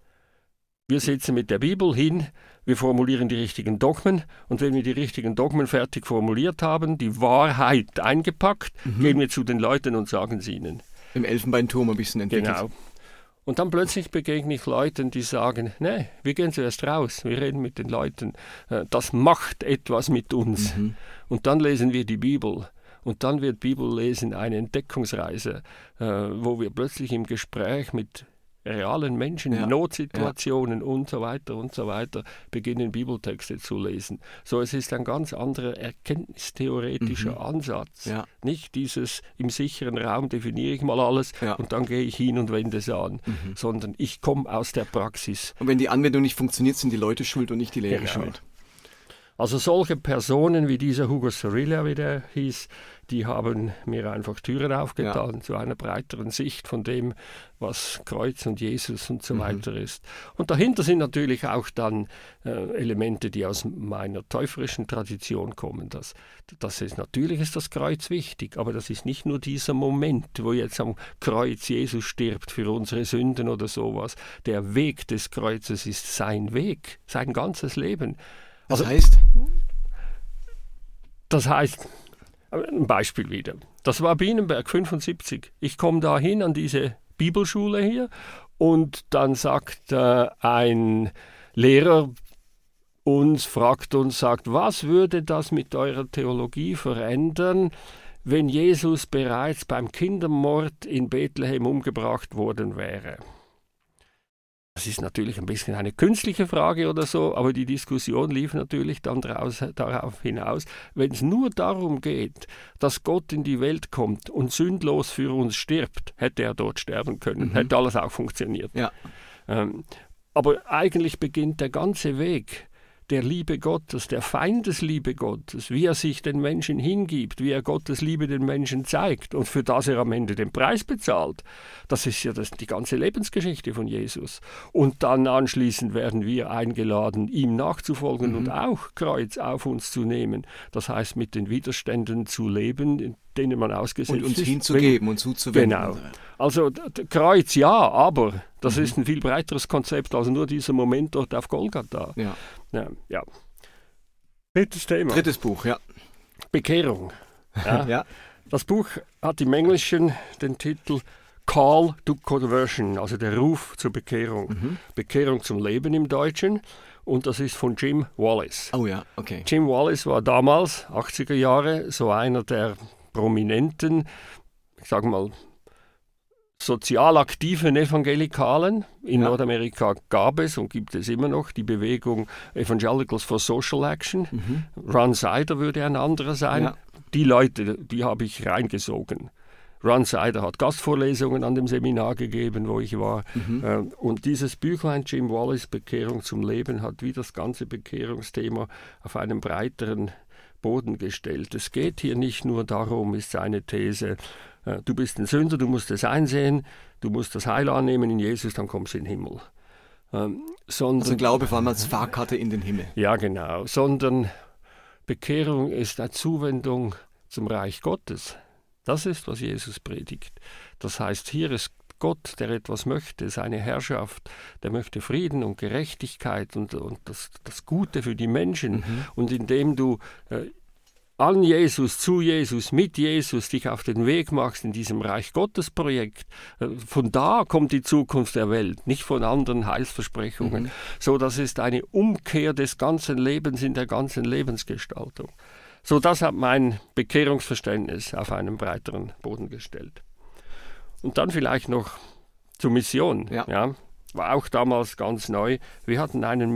S2: Wir sitzen mit der Bibel hin, wir formulieren die richtigen Dogmen, und wenn wir die richtigen Dogmen fertig formuliert haben, die Wahrheit eingepackt,
S1: Mhm.
S2: gehen wir zu den Leuten und sagen sie ihnen.
S1: Im Elfenbeinturm ein bisschen entwickelt.
S2: Genau. Und dann plötzlich begegne ich Leuten, die sagen, nee, wir gehen zuerst raus, wir reden mit den Leuten, äh, das macht etwas mit uns.
S1: Mhm.
S2: Und dann lesen wir die Bibel. Und dann wird Bibellesen eine Entdeckungsreise, äh, wo wir plötzlich im Gespräch mit realen Menschen,
S1: Ja,
S2: Notsituationen und so weiter und so weiter beginnen, Bibeltexte zu lesen. So, es ist ein ganz anderer erkenntnistheoretischer
S1: Mhm.
S2: Ansatz.
S1: Ja.
S2: Nicht dieses im sicheren Raum definiere ich mal alles
S1: Ja.
S2: und dann gehe ich hin und wende es an,
S1: Mhm.
S2: sondern ich komme aus der Praxis.
S1: Und wenn die Anwendung nicht funktioniert, sind die Leute schuld und nicht die Lehre
S2: Genau.
S1: schuld.
S2: Also solche Personen wie dieser Hugo Cerilla, wie der hieß, die haben mir einfach Türen aufgetan zu einer breiteren Sicht von dem, was Kreuz und Jesus und so
S1: Mhm.
S2: weiter ist. Und dahinter sind natürlich auch dann äh, Elemente, die aus meiner täuferischen Tradition kommen. Das, das ist, natürlich ist das Kreuz wichtig, aber das ist nicht nur dieser Moment, wo jetzt am Kreuz Jesus stirbt für unsere Sünden oder sowas. Der Weg des Kreuzes ist sein Weg, sein ganzes Leben.
S1: Das
S2: Also-
S1: heißt,
S2: Das heißt, ein Beispiel wieder. Das war Bienenberg fünfundsiebzig. Ich komme da hin an diese Bibelschule hier und dann sagt äh, ein Lehrer uns fragt uns, sagt, was würde das mit eurer Theologie verändern, wenn Jesus bereits beim Kindermord in Bethlehem umgebracht worden wäre? Das ist natürlich ein bisschen eine künstliche Frage oder so, aber die Diskussion lief natürlich dann draus, darauf hinaus, wenn es nur darum geht, dass Gott in die Welt kommt und sündlos für uns stirbt, hätte er dort sterben können, mhm. hätte alles auch funktioniert.
S1: Ja.
S2: Ähm, aber eigentlich beginnt der ganze Weg der Liebe Gottes, der Feindesliebe Gottes, wie er sich den Menschen hingibt, wie er Gottes Liebe den Menschen zeigt und für das er am Ende den Preis bezahlt. Das ist ja das, die ganze Lebensgeschichte von Jesus. Und dann anschließend werden wir eingeladen, ihm nachzufolgen mhm. und auch Kreuz auf uns zu nehmen. Das heißt, mit den Widerständen zu leben, denen man ausgesetzt ist.
S1: Und uns ist, hinzugeben wenn, und zuzuwenden.
S2: Genau. Also Kreuz ja, aber das mhm. ist ein viel breiteres Konzept als nur dieser Moment dort auf Golgatha. Ja. Ja, ja. Drittes Thema.
S1: Drittes Buch, ja.
S2: Bekehrung. Ja.
S1: ja.
S2: Das Buch hat im Englischen den Titel Call to Conversion, also der Ruf zur Bekehrung. Mhm. Bekehrung zum Leben im Deutschen. Und das ist von Jim Wallis.
S1: Oh ja, okay.
S2: Jim Wallis war damals, achtziger Jahre, so einer der prominenten, ich sage mal, sozial aktiven Evangelikalen. In ja. Nordamerika gab es und gibt es immer noch die Bewegung Evangelicals for Social Action. Mhm. Ron Sider würde ein anderer sein. Ja. Die Leute, die habe ich reingesogen. Ron Sider hat Gastvorlesungen an dem Seminar gegeben, wo ich war. Mhm. Und dieses Büchlein Jim Wallis, Bekehrung zum Leben, hat wie das ganze Bekehrungsthema auf einen breiteren Boden gestellt. Es geht hier nicht nur darum, ist seine These, du bist ein Sünder, du musst es einsehen, du musst das Heil annehmen in Jesus, dann kommst du in den Himmel. Ähm, sondern,
S1: also Glaube vor allem als Fahrkarte in den Himmel.
S2: Ja, genau. Sondern Bekehrung ist eine Zuwendung zum Reich Gottes. Das ist, was Jesus predigt. Das heißt, hier ist Gott, der etwas möchte, seine Herrschaft, der möchte Frieden und Gerechtigkeit und, und das, das Gute für die Menschen. Mhm. Und indem du äh, an Jesus, zu Jesus, mit Jesus dich auf den Weg machst in diesem Reich Gottes Projekt, von da kommt die Zukunft der Welt, nicht von anderen Heilsversprechungen. Mhm. So, das ist eine Umkehr des ganzen Lebens in der ganzen Lebensgestaltung. So, das hat mein Bekehrungsverständnis auf einen breiteren Boden gestellt. Und dann vielleicht noch zur Mission.
S1: Ja.
S2: Ja, war auch damals ganz neu. Wir hatten einen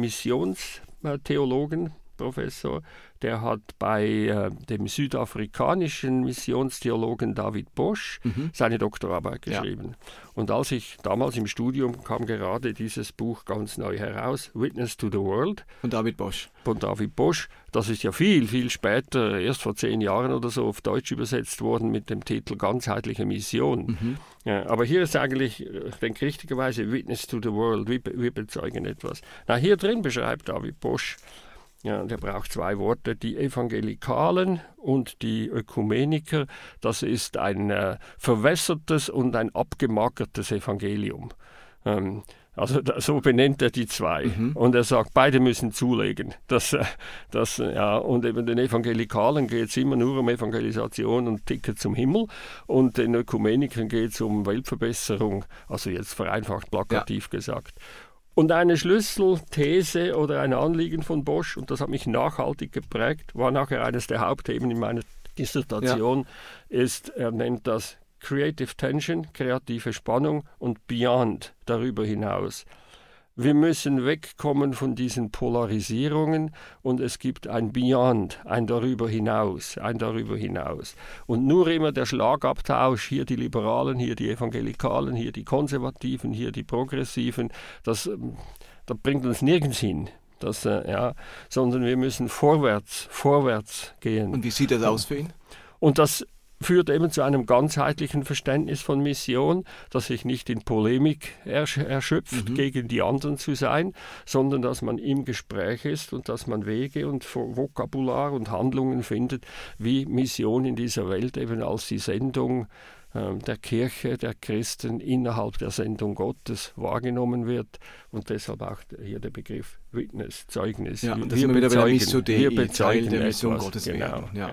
S2: Missionstheologen, Professor, der hat bei äh, dem südafrikanischen Missionstheologen David Bosch mhm. seine Doktorarbeit geschrieben. Ja. Und als ich damals im Studium kam gerade dieses Buch ganz neu heraus, Witness to the World.
S1: Von David Bosch.
S2: Von David Bosch. Das ist ja viel, viel später, erst vor zehn Jahren oder so, auf Deutsch übersetzt worden mit dem Titel Ganzheitliche Mission. Mhm. Ja, aber hier ist eigentlich, ich denke richtigerweise, Witness to the World, wir, wir bezeugen etwas. Na, hier drin beschreibt David Bosch, ja, der braucht zwei Worte, die Evangelikalen und die Ökumeniker. Das ist ein äh, verwässertes und ein abgemagertes Evangelium. Ähm, also da, so benennt er die zwei. Mhm. Und er sagt, beide müssen zulegen. Das, äh, das, ja, und eben den Evangelikalen geht es immer nur um Evangelisation und Ticket zum Himmel. Und den Ökumenikern geht es um Weltverbesserung, also jetzt vereinfacht plakativ ja. gesagt. Und eine Schlüsselthese oder ein Anliegen von Bosch, und das hat mich nachhaltig geprägt, war nachher eines der Hauptthemen in meiner Dissertation, ja. ist, er nennt das Creative Tension, kreative Spannung und Beyond, darüber hinaus. Wir müssen wegkommen von diesen Polarisierungen und es gibt ein Beyond, ein darüber hinaus, ein darüber hinaus. Und nur immer der Schlagabtausch, hier die Liberalen, hier die Evangelikalen, hier die Konservativen, hier die Progressiven, das, das bringt uns nirgends hin. Das, ja, sondern wir müssen vorwärts, vorwärts gehen.
S1: Und wie sieht das aus für ihn?
S2: Und das führt eben zu einem ganzheitlichen Verständnis von Mission, das sich nicht in Polemik ersch- erschöpft, mhm. gegen die anderen zu sein, sondern dass man im Gespräch ist und dass man Wege und Vokabular und Handlungen findet, wie Mission in dieser Welt eben als die Sendung äh, der Kirche, der Christen innerhalb der Sendung Gottes wahrgenommen wird und deshalb auch hier der Begriff Witness, Zeugnis.
S1: Ja,
S2: wir,
S1: wir, wir bezeugen,
S2: wir bezeugen
S1: der Mission
S2: etwas.
S1: Gottes
S2: Genau,
S1: werden. Ja.
S2: Ja.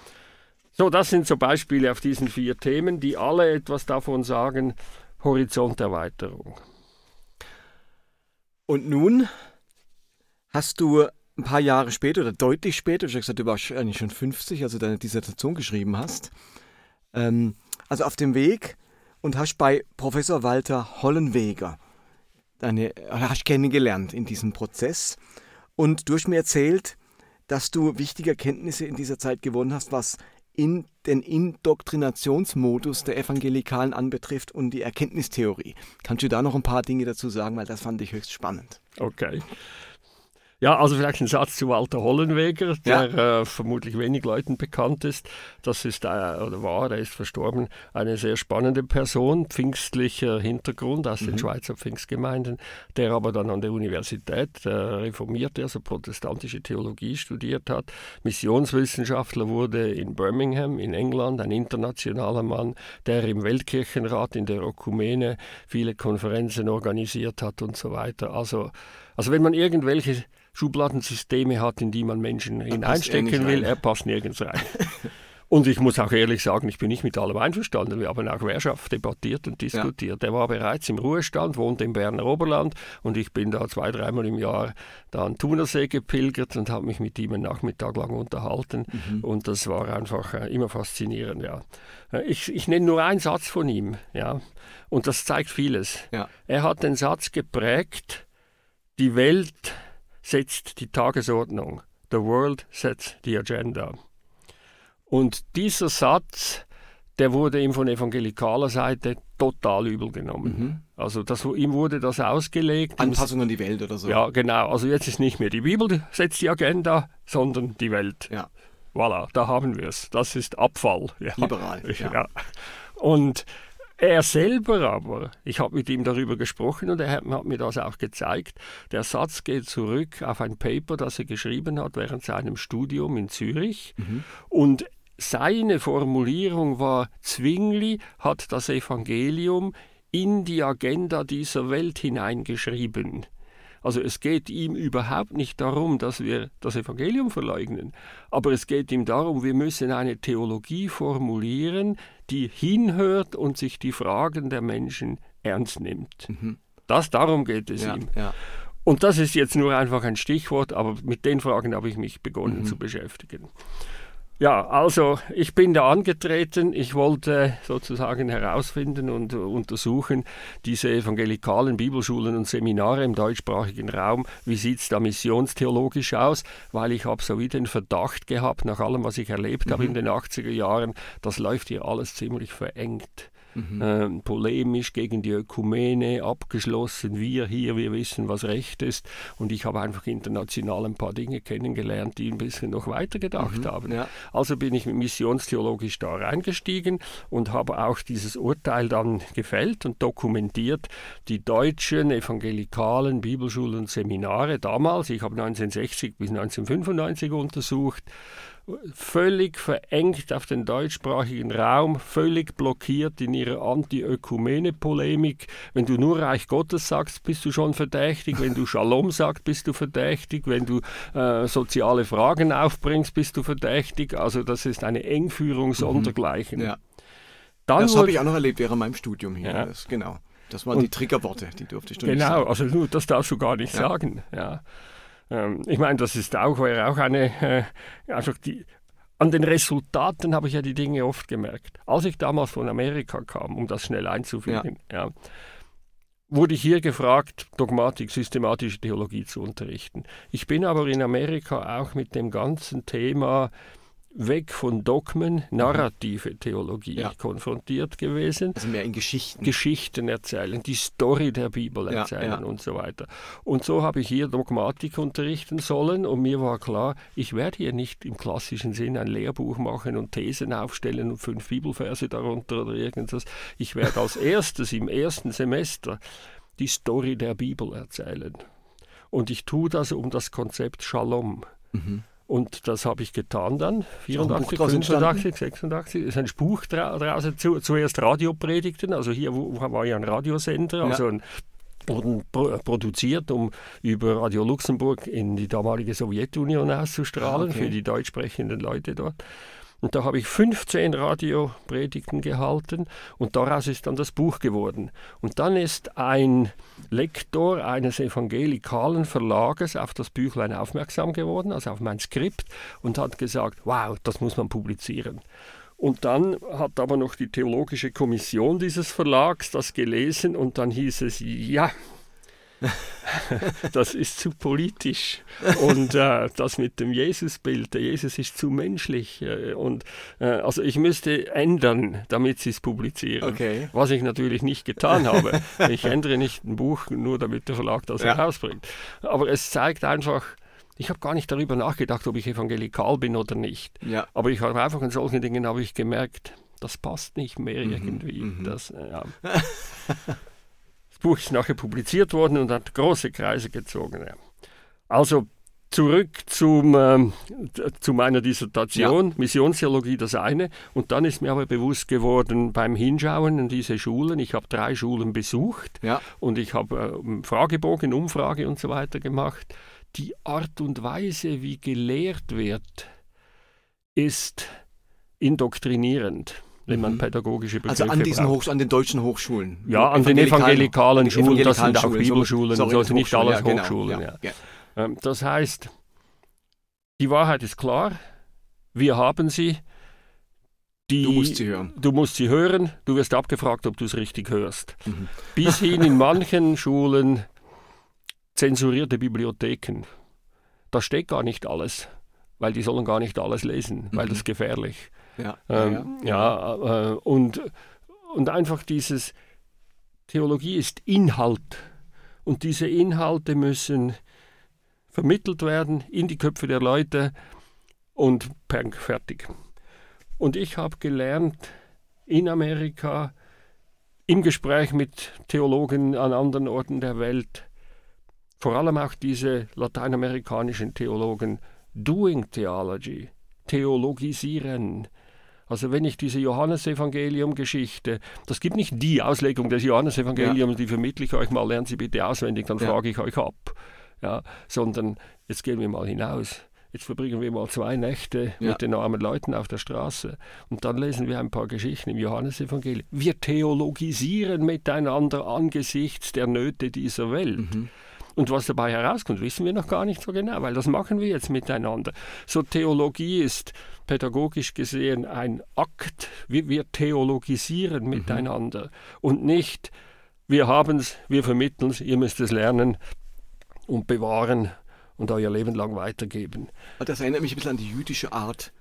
S2: So, das sind so Beispiele auf diesen vier Themen, die alle etwas davon sagen, Horizonterweiterung.
S1: Und nun hast du ein paar Jahre später oder deutlich später, ich habe gesagt, du warst eigentlich schon fünfzig, als du deine Dissertation geschrieben hast, ähm, also auf dem Weg und hast bei Professor Walter Hollenweger deine, hast kennengelernt in diesem Prozess. Und du hast mir erzählt, dass du wichtige Erkenntnisse in dieser Zeit gewonnen hast, was in den Indoktrinationsmodus der Evangelikalen anbetrifft und die Erkenntnistheorie. Kannst du da noch ein paar Dinge dazu sagen, weil das fand ich höchst spannend.
S2: Okay. Ja, also vielleicht ein Satz zu Walter Hollenweger, der ja. äh, vermutlich wenig Leuten bekannt ist. Das ist, äh, oder war, er ist verstorben, eine sehr spannende Person, pfingstlicher Hintergrund aus mhm. den Schweizer Pfingstgemeinden, der aber dann an der Universität äh, reformierte, also protestantische Theologie studiert hat, Missionswissenschaftler wurde in Birmingham in England, ein internationaler Mann, der im Weltkirchenrat in der Ökumene viele Konferenzen organisiert hat und so weiter. Also, also wenn man irgendwelche Schubladensysteme hat, in die man Menschen er hineinstecken will, er passt nirgends rein. Und ich muss auch ehrlich sagen, ich bin nicht mit allem einverstanden. Wir haben auch Währschaft debattiert und diskutiert. Ja. Er war bereits im Ruhestand, wohnt im Berner Oberland und ich bin da zwei, dreimal im Jahr da an Thunersee gepilgert und habe mich mit ihm einen Nachmittag lang unterhalten. Mhm. Und das war einfach äh, immer faszinierend. Ja. Ich, ich nenne nur einen Satz von ihm, ja, und das zeigt vieles. Ja. Er hat den Satz geprägt, die Welt setzt die Tagesordnung. The world sets the agenda. Und dieser Satz, der wurde ihm von evangelikaler Seite total übel genommen. Mhm. Also das, ihm wurde das ausgelegt.
S1: Anpassung an die Welt oder so.
S2: Ja, genau. Also jetzt ist nicht mehr die Bibel setzt die Agenda, sondern die Welt. Ja. Voilà, da haben wir es. Das ist Abfall. Ja.
S1: Liberal. Ja. Ja.
S2: Und er selber aber, ich habe mit ihm darüber gesprochen und er hat, hat mir das auch gezeigt, der Satz geht zurück auf ein Paper, das er geschrieben hat während seinem Studium in Zürich. Mhm. Und seine Formulierung war, Zwingli hat das Evangelium in die Agenda dieser Welt hineingeschrieben. Also es geht ihm überhaupt nicht darum, dass wir das Evangelium verleugnen, aber es geht ihm darum, wir müssen eine Theologie formulieren, die hinhört und sich die Fragen der Menschen ernst nimmt. Mhm. Das, darum geht es ja, ihm. Ja. Und das ist jetzt nur einfach ein Stichwort, aber mit den Fragen habe ich mich begonnen mhm. zu beschäftigen. Ja, also ich bin da angetreten, ich wollte sozusagen herausfinden und untersuchen, diese evangelikalen Bibelschulen und Seminare im deutschsprachigen Raum, wie sieht es da missionstheologisch aus, weil ich habe so wie den Verdacht gehabt, nach allem, was ich erlebt mhm. habe in den achtziger Jahren, das läuft hier alles ziemlich verengt. Mhm. Ähm, polemisch gegen die Ökumene, abgeschlossen, wir hier, wir wissen, was Recht ist. Und ich habe einfach international ein paar Dinge kennengelernt, die ein bisschen noch weiter gedacht mhm. haben. Ja. Also bin ich missionstheologisch da reingestiegen und habe auch dieses Urteil dann gefällt und dokumentiert. Die deutschen evangelikalen Bibelschulen und Seminare damals, ich habe neunzehnhundertsechzig bis neunzehnhundertfünfundneunzig untersucht, völlig verengt auf den deutschsprachigen Raum, völlig blockiert in ihrer Anti-Ökumene-Polemik. Wenn du nur Reich Gottes sagst, bist du schon verdächtig. Wenn du Shalom sagst, bist du verdächtig. Wenn du äh, soziale Fragen aufbringst, bist du verdächtig. Also das ist eine Engführung sondergleichen.
S1: Ja. Dann das habe ich auch noch erlebt während meinem Studium hier. Ja. Das, genau. Das waren Und, die Triggerworte, die durfte ich nicht
S2: genau,
S1: sagen.
S2: Also nur, das darfst du gar nicht ja. sagen. Ja. Ich meine, das ist auch, war auch eine, äh, einfach die, an den Resultaten habe ich ja die Dinge oft gemerkt. Als ich damals von Amerika kam, um das schnell einzufügen, ja. Ja, wurde ich hier gefragt, Dogmatik, systematische Theologie zu unterrichten. Ich bin aber in Amerika auch mit dem ganzen Thema weg von Dogmen, narrative Theologie ja. konfrontiert gewesen.
S1: Also mehr in Geschichten.
S2: Geschichten erzählen, die Story der Bibel erzählen ja, ja. und so weiter. Und so habe ich hier Dogmatik unterrichten sollen und mir war klar, ich werde hier nicht im klassischen Sinn ein Lehrbuch machen und Thesen aufstellen und fünf Bibelverse darunter oder irgendwas. Ich werde als erstes im ersten Semester die Story der Bibel erzählen. Und ich tue das um das Konzept Shalom. Mhm. Und das habe ich getan dann, vierundachtzig, fünfundachtzig, sechsundachtzig. Es ist ein Buch draußen, zu, zuerst Radiopredigten, also hier war ja ein Radiosender, ja. also ein, wurden pro, produziert, um über Radio Luxemburg in die damalige Sowjetunion auszustrahlen, okay. für die deutsch sprechenden Leute dort. Und da habe ich fünfzehn Radiopredigten gehalten und daraus ist dann das Buch geworden. Und dann ist ein Lektor eines evangelikalen Verlages auf das Büchlein aufmerksam geworden, also auf mein Skript, und hat gesagt, wow, das muss man publizieren. Und dann hat aber noch die Theologische Kommission dieses Verlags das gelesen und dann hieß es, ja, das ist zu politisch und äh, das mit dem Jesusbild, der Jesus ist zu menschlich äh, und äh, also ich müsste ändern, damit sie es publizieren,
S1: okay.
S2: Was ich natürlich nicht getan habe. Ich ändere nicht ein Buch, nur damit der Verlag das
S1: ja.
S2: herausbringt. Aber es zeigt einfach, ich habe gar nicht darüber nachgedacht, ob ich evangelikal bin oder nicht.
S1: Ja.
S2: Aber ich habe einfach in solchen Dingen habe ich gemerkt, das passt nicht mehr
S1: mhm.
S2: irgendwie.
S1: Mhm.
S2: Das, äh, ja. Das Buch ist nachher publiziert worden und hat große Kreise gezogen. Ja. Also zurück zum, ähm, zu meiner Dissertation, ja. Missionstheologie das eine. Und dann ist mir aber bewusst geworden beim Hinschauen in diese Schulen, ich habe drei Schulen besucht
S1: ja.
S2: und ich habe äh, Fragebogen, Umfrage und so weiter gemacht. Die Art und Weise, wie gelehrt wird, ist indoktrinierend. Wenn man pädagogische Begriffe
S1: Also an diesen
S2: braucht.
S1: Hochsch- an den deutschen Hochschulen?
S2: Ja, an den evangelikalen Schulen, das sind auch Bibelschulen,
S1: sorry,
S2: also nicht alles
S1: ja,
S2: Hochschulen.
S1: Genau, ja.
S2: Ja. Ja. Das heißt, die Wahrheit ist klar, wir haben sie. Die,
S1: du musst sie hören.
S2: Du musst sie hören, du wirst abgefragt, ob du es richtig hörst.
S1: Mhm.
S2: Bis hin in manchen Schulen zensurierte Bibliotheken. Da steht gar nicht alles, weil die sollen gar nicht alles lesen, weil mhm. das ist gefährlich.
S1: Ja,
S2: ähm,
S1: ja,
S2: ja. ja äh, und, und einfach dieses, Theologie ist Inhalt und diese Inhalte müssen vermittelt werden in die Köpfe der Leute und fertig. Und ich habe gelernt in Amerika, im Gespräch mit Theologen an anderen Orten der Welt, vor allem auch diese lateinamerikanischen Theologen, Doing Theology, theologisieren. Also wenn ich diese Johannesevangelium-Geschichte, das gibt nicht die Auslegung des Johannesevangeliums, ja. die vermittle ich euch mal, lernen Sie bitte auswendig, dann ja. frage ich euch ab. Ja, sondern jetzt gehen wir mal hinaus. Jetzt verbringen wir mal zwei Nächte ja. mit den armen Leuten auf der Straße und dann lesen wir ein paar Geschichten im Johannesevangelium. Wir theologisieren miteinander angesichts der Nöte dieser Welt. Mhm. Und was dabei herauskommt, wissen wir noch gar nicht so genau, weil das machen wir jetzt miteinander. So Theologie ist pädagogisch gesehen ein Akt. Wir, wir theologisieren miteinander mhm. und nicht, wir haben es, wir vermitteln es, ihr müsst es lernen und bewahren und euer Leben lang weitergeben.
S1: Das erinnert mich ein bisschen an die jüdische Art,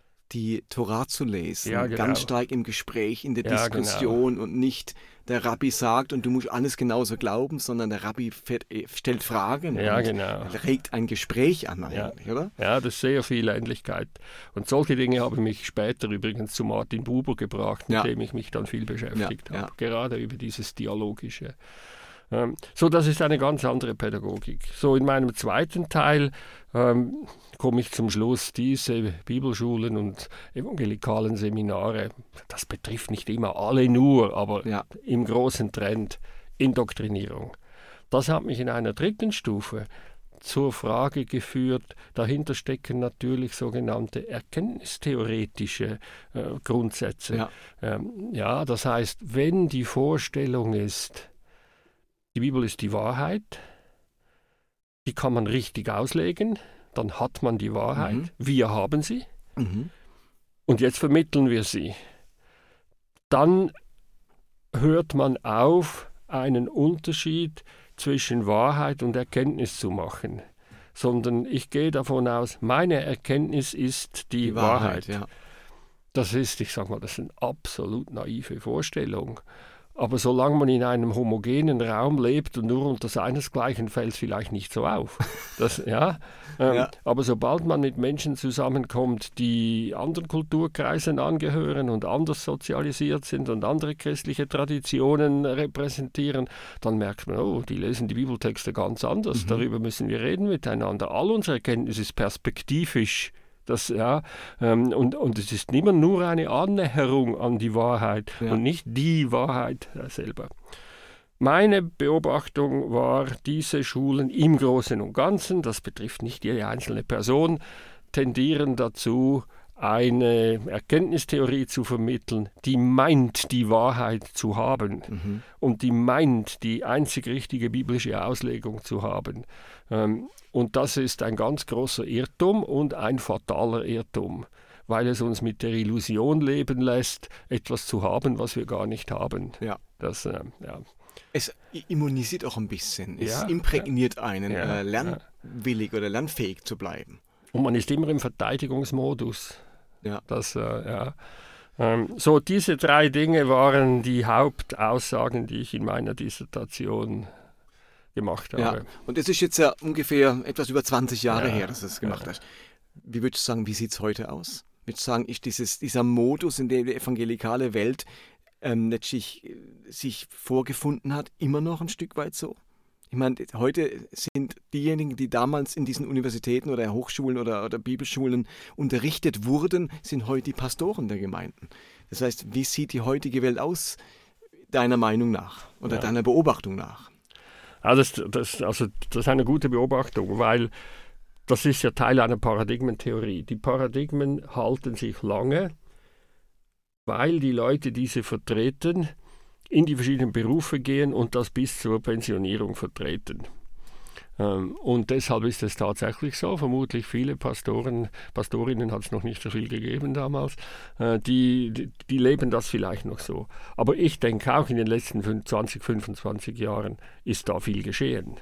S1: die Tora zu lesen.
S2: Ja, genau.
S1: Ganz stark im Gespräch, in der
S2: ja,
S1: Diskussion
S2: genau.
S1: und nicht der Rabbi sagt und du musst alles genauso glauben, sondern der Rabbi stellt Fragen
S2: ja,
S1: und
S2: genau.
S1: regt ein Gespräch an eigentlich,
S2: ja.
S1: oder?
S2: Ja, das ist sehr viel Ähnlichkeit. Und solche Dinge haben mich später übrigens zu Martin Buber gebracht, mit
S1: ja.
S2: dem ich mich dann viel beschäftigt
S1: ja,
S2: habe,
S1: ja.
S2: gerade über dieses Dialogische. Ähm, so, das ist eine ganz andere Pädagogik. So, in meinem zweiten Teil ähm, komme ich zum Schluss, diese Bibelschulen und evangelikalen Seminare, das betrifft nicht immer alle nur, aber
S1: ja.
S2: im großen Trend Indoktrinierung. Das hat mich in einer dritten Stufe zur Frage geführt, dahinter stecken natürlich sogenannte erkenntnistheoretische äh, Grundsätze.
S1: Ja.
S2: Ähm, ja, das heißt, wenn die Vorstellung ist, die Bibel ist die Wahrheit, die kann man richtig auslegen, dann hat man die Wahrheit, mhm. wir haben sie mhm. und jetzt vermitteln wir sie. Dann hört man auf, einen Unterschied zwischen Wahrheit und Erkenntnis zu machen, sondern ich gehe davon aus, meine Erkenntnis ist die, die Wahrheit. Wahrheit. Ja. Das ist, ich sage mal, das ist eine absolut naive Vorstellung. Aber solange man in einem homogenen Raum lebt und nur unter seinesgleichen, fällt es vielleicht nicht so auf. Das, ja, ähm, ja. Aber sobald man mit Menschen zusammenkommt, die anderen Kulturkreisen angehören und anders sozialisiert sind und andere christliche Traditionen repräsentieren, dann merkt man, oh, die lesen die Bibeltexte ganz anders. Mhm. Darüber müssen wir reden miteinander. All unsere Erkenntnis ist perspektivisch. Das, ja, ähm, und, und es ist immer nur eine Annäherung an die Wahrheit ja. und nicht die Wahrheit äh, selber. Meine Beobachtung war, diese Schulen im Großen und Ganzen, das betrifft nicht jede einzelne Person, tendieren dazu, eine Erkenntnistheorie zu vermitteln, die meint, die Wahrheit zu haben mhm. und die meint, die einzig richtige biblische Auslegung zu haben. Ähm, und das ist ein ganz großer Irrtum und ein fataler Irrtum, weil es uns mit der Illusion leben lässt, etwas zu haben, was wir gar nicht haben.
S1: Ja.
S2: Das, äh, ja.
S1: Es immunisiert auch ein bisschen, es
S2: ja,
S1: imprägniert ja. einen,
S2: ja,
S1: äh, lernwillig ja. oder lernfähig zu bleiben.
S2: Und man ist immer im Verteidigungsmodus.
S1: Ja.
S2: Das, äh, ja. Ähm, so, diese drei Dinge waren die Hauptaussagen, die ich in meiner Dissertation gemacht habe.
S1: Ja. Und es ist jetzt ja ungefähr etwas über zwanzig Jahre
S2: ja.
S1: her, dass du es gemacht
S2: ja.
S1: hast. Wie würdest du sagen, wie sieht es heute aus? Würdest du sagen, ist dieses, dieser Modus, in dem die evangelikale Welt ähm, letztlich äh, sich vorgefunden hat, immer noch ein Stück weit so? Ich meine, heute sind diejenigen, die damals in diesen Universitäten oder Hochschulen oder, oder Bibelschulen unterrichtet wurden, sind heute die Pastoren der Gemeinden. Das heißt, wie sieht die heutige Welt aus, deiner Meinung nach oder ja. deiner Beobachtung nach?
S2: Ja, das, das, also, das ist eine gute Beobachtung, weil das ist ja Teil einer Paradigmentheorie. Die Paradigmen halten sich lange, weil die Leute, die sie vertreten, in die verschiedenen Berufe gehen und das bis zur Pensionierung vertreten. Ähm, und deshalb ist es tatsächlich so, vermutlich viele Pastoren, Pastorinnen hat es noch nicht so viel gegeben damals, äh, die, die, die leben das vielleicht noch so. Aber ich denke auch in den letzten zwanzig, fünfundzwanzig Jahren ist da viel geschehen.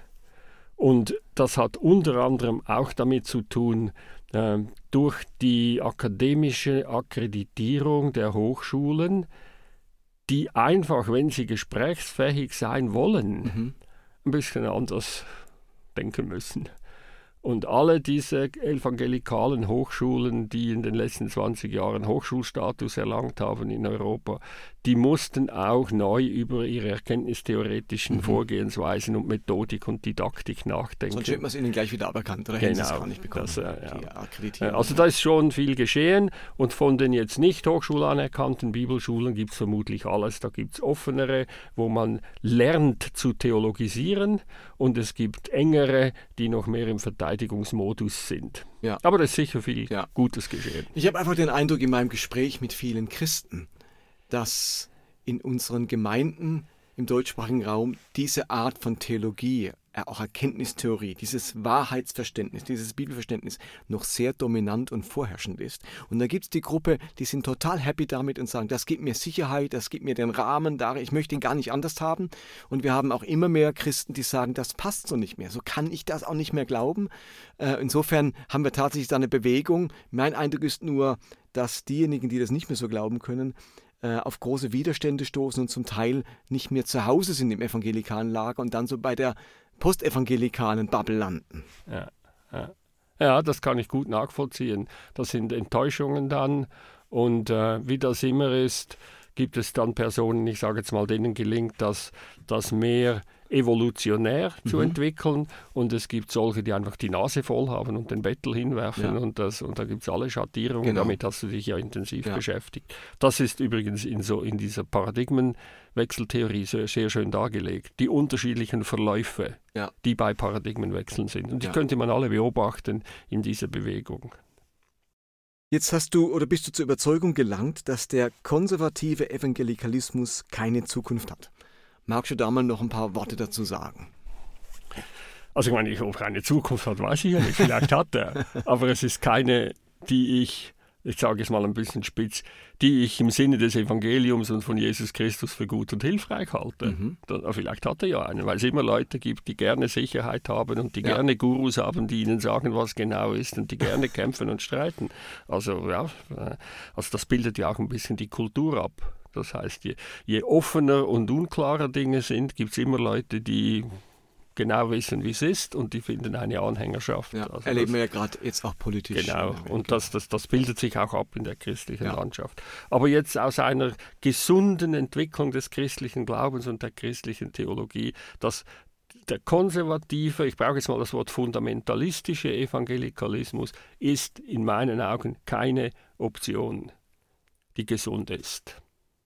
S2: Und das hat unter anderem auch damit zu tun, äh, durch die akademische Akkreditierung der Hochschulen, die einfach, wenn sie gesprächsfähig sein wollen, mhm. ein bisschen anders denken müssen. Und alle diese evangelikalen Hochschulen, die in den letzten zwanzig Jahren Hochschulstatus erlangt haben in Europa, die mussten auch neu über ihre erkenntnistheoretischen mhm. Vorgehensweisen und Methodik und Didaktik nachdenken.
S1: Sonst hätte man es ihnen gleich wieder aberkannt oder
S2: genau,
S1: hätten sie es gar nicht bekommen.
S2: Das, äh, ja. Also da ist schon viel geschehen und von den jetzt nicht hochschulanerkannten Bibelschulen gibt es vermutlich alles. Da gibt es offenere, wo man lernt zu theologisieren und es gibt engere, die noch mehr im Verteidigungsmodus sind.
S1: Ja.
S2: Aber da ist sicher viel
S1: ja.
S2: Gutes geschehen.
S1: Ich habe einfach den Eindruck in meinem Gespräch mit vielen Christen, dass in unseren Gemeinden im deutschsprachigen Raum diese Art von Theologie, auch Erkenntnistheorie, dieses Wahrheitsverständnis, dieses Bibelverständnis noch sehr dominant und vorherrschend ist. Und da gibt es die Gruppe, die sind total happy damit und sagen, das gibt mir Sicherheit, das gibt mir den Rahmen, ich möchte ihn gar nicht anders haben. Und wir haben auch immer mehr Christen, die sagen, das passt so nicht mehr, so kann ich das auch nicht mehr glauben. Insofern haben wir tatsächlich da eine Bewegung. Mein Eindruck ist nur, dass diejenigen, die das nicht mehr so glauben können, auf große Widerstände stoßen und zum Teil nicht mehr zu Hause sind im evangelikalen Lager und dann so bei der postevangelikalen Bubble landen.
S2: Ja, ja. ja, das kann ich gut nachvollziehen. Das sind Enttäuschungen dann und äh, wie das immer ist, gibt es dann Personen, ich sage jetzt mal, denen gelingt das, das mehr evolutionär mhm. zu entwickeln und es gibt solche, die einfach die Nase voll haben und den Bettel hinwerfen ja. und, das, und da gibt es alle Schattierungen, genau. Damit hast du dich ja intensiv ja. beschäftigt. Das ist übrigens in, so, in dieser Paradigmenwechseltheorie sehr, sehr schön dargelegt, die unterschiedlichen Verläufe, ja. die bei Paradigmenwechseln sind und die ja. könnte man alle beobachten in dieser Bewegung.
S1: Jetzt hast du oder bist du zur Überzeugung gelangt, dass der konservative Evangelikalismus keine Zukunft hat. Magst du da mal noch ein paar Worte dazu sagen?
S2: Also ich meine, ob er eine Zukunft hat, weiß ich ja nicht. Vielleicht hat er. Aber es ist keine, die ich, ich sage es mal ein bisschen spitz, die ich im Sinne des Evangeliums und von Jesus Christus für gut und hilfreich halte. Mhm. Da, vielleicht hat er ja einen, weil es immer Leute gibt, die gerne Sicherheit haben und die ja. gerne Gurus haben, die ihnen sagen, was genau ist und die gerne kämpfen und streiten. Also ja, also das bildet ja auch ein bisschen die Kultur ab. Das heißt, je, je offener und unklarer Dinge sind, gibt es immer Leute, die genau wissen, wie es ist und die finden eine Anhängerschaft.
S1: Ja,
S2: also
S1: erleben
S2: das,
S1: wir ja gerade jetzt auch politisch.
S2: Genau, und das, das, das bildet sich auch ab in der christlichen ja. Landschaft. Aber jetzt aus einer gesunden Entwicklung des christlichen Glaubens und der christlichen Theologie, dass der konservative, ich brauche jetzt mal das Wort fundamentalistische Evangelikalismus, ist in meinen Augen keine Option, die gesund ist.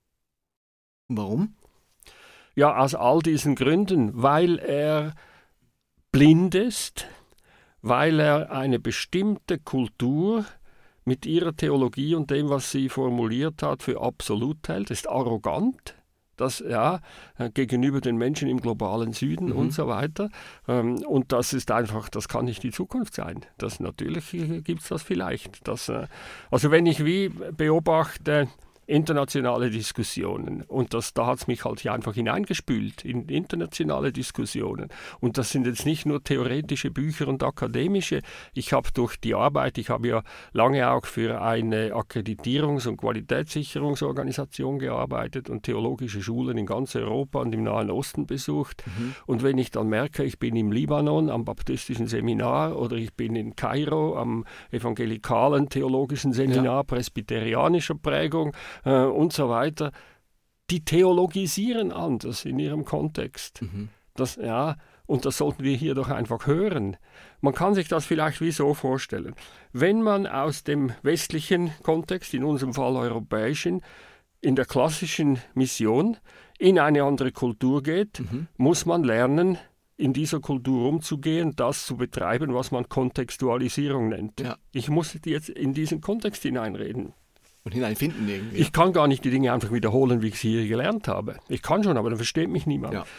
S1: Warum?
S2: Ja, aus all diesen Gründen, weil er blind ist, weil er eine bestimmte Kultur mit ihrer Theologie und dem, was sie formuliert hat, für absolut hält, ist arrogant, das, ja, gegenüber den Menschen im globalen Süden mhm. und so weiter. Und das ist einfach, das kann nicht die Zukunft sein. Das, natürlich gibt es das vielleicht. Das, also wenn ich wie beobachte, internationale Diskussionen. Und das, da hat es mich halt hier einfach hineingespült in internationale Diskussionen. Und das sind jetzt nicht nur theoretische Bücher und akademische. Ich habe durch die Arbeit, ich habe ja lange auch für eine Akkreditierungs- und Qualitätssicherungsorganisation gearbeitet und theologische Schulen in ganz Europa und im Nahen Osten besucht. Mhm. Und wenn ich dann merke, ich bin im Libanon am baptistischen Seminar oder ich bin in Kairo am evangelikalen theologischen Seminar ja. presbyterianischer Prägung, und so weiter, die theologisieren anders in ihrem Kontext. Mhm. Das, ja, und das sollten wir hier doch einfach hören. Man kann sich das vielleicht wie so vorstellen. Wenn man aus dem westlichen Kontext, in unserem Fall europäischen, in der klassischen Mission in eine andere Kultur geht, mhm. muss man lernen, in dieser Kultur umzugehen, das zu betreiben, was man Kontextualisierung nennt. Ja. Ich muss jetzt in diesen Kontext hineinreden.
S1: Und hineinfinden irgendwie.
S2: Ich kann gar nicht die Dinge einfach wiederholen, wie ich sie hier gelernt habe. Ich kann schon, aber dann versteht mich niemand. Ja.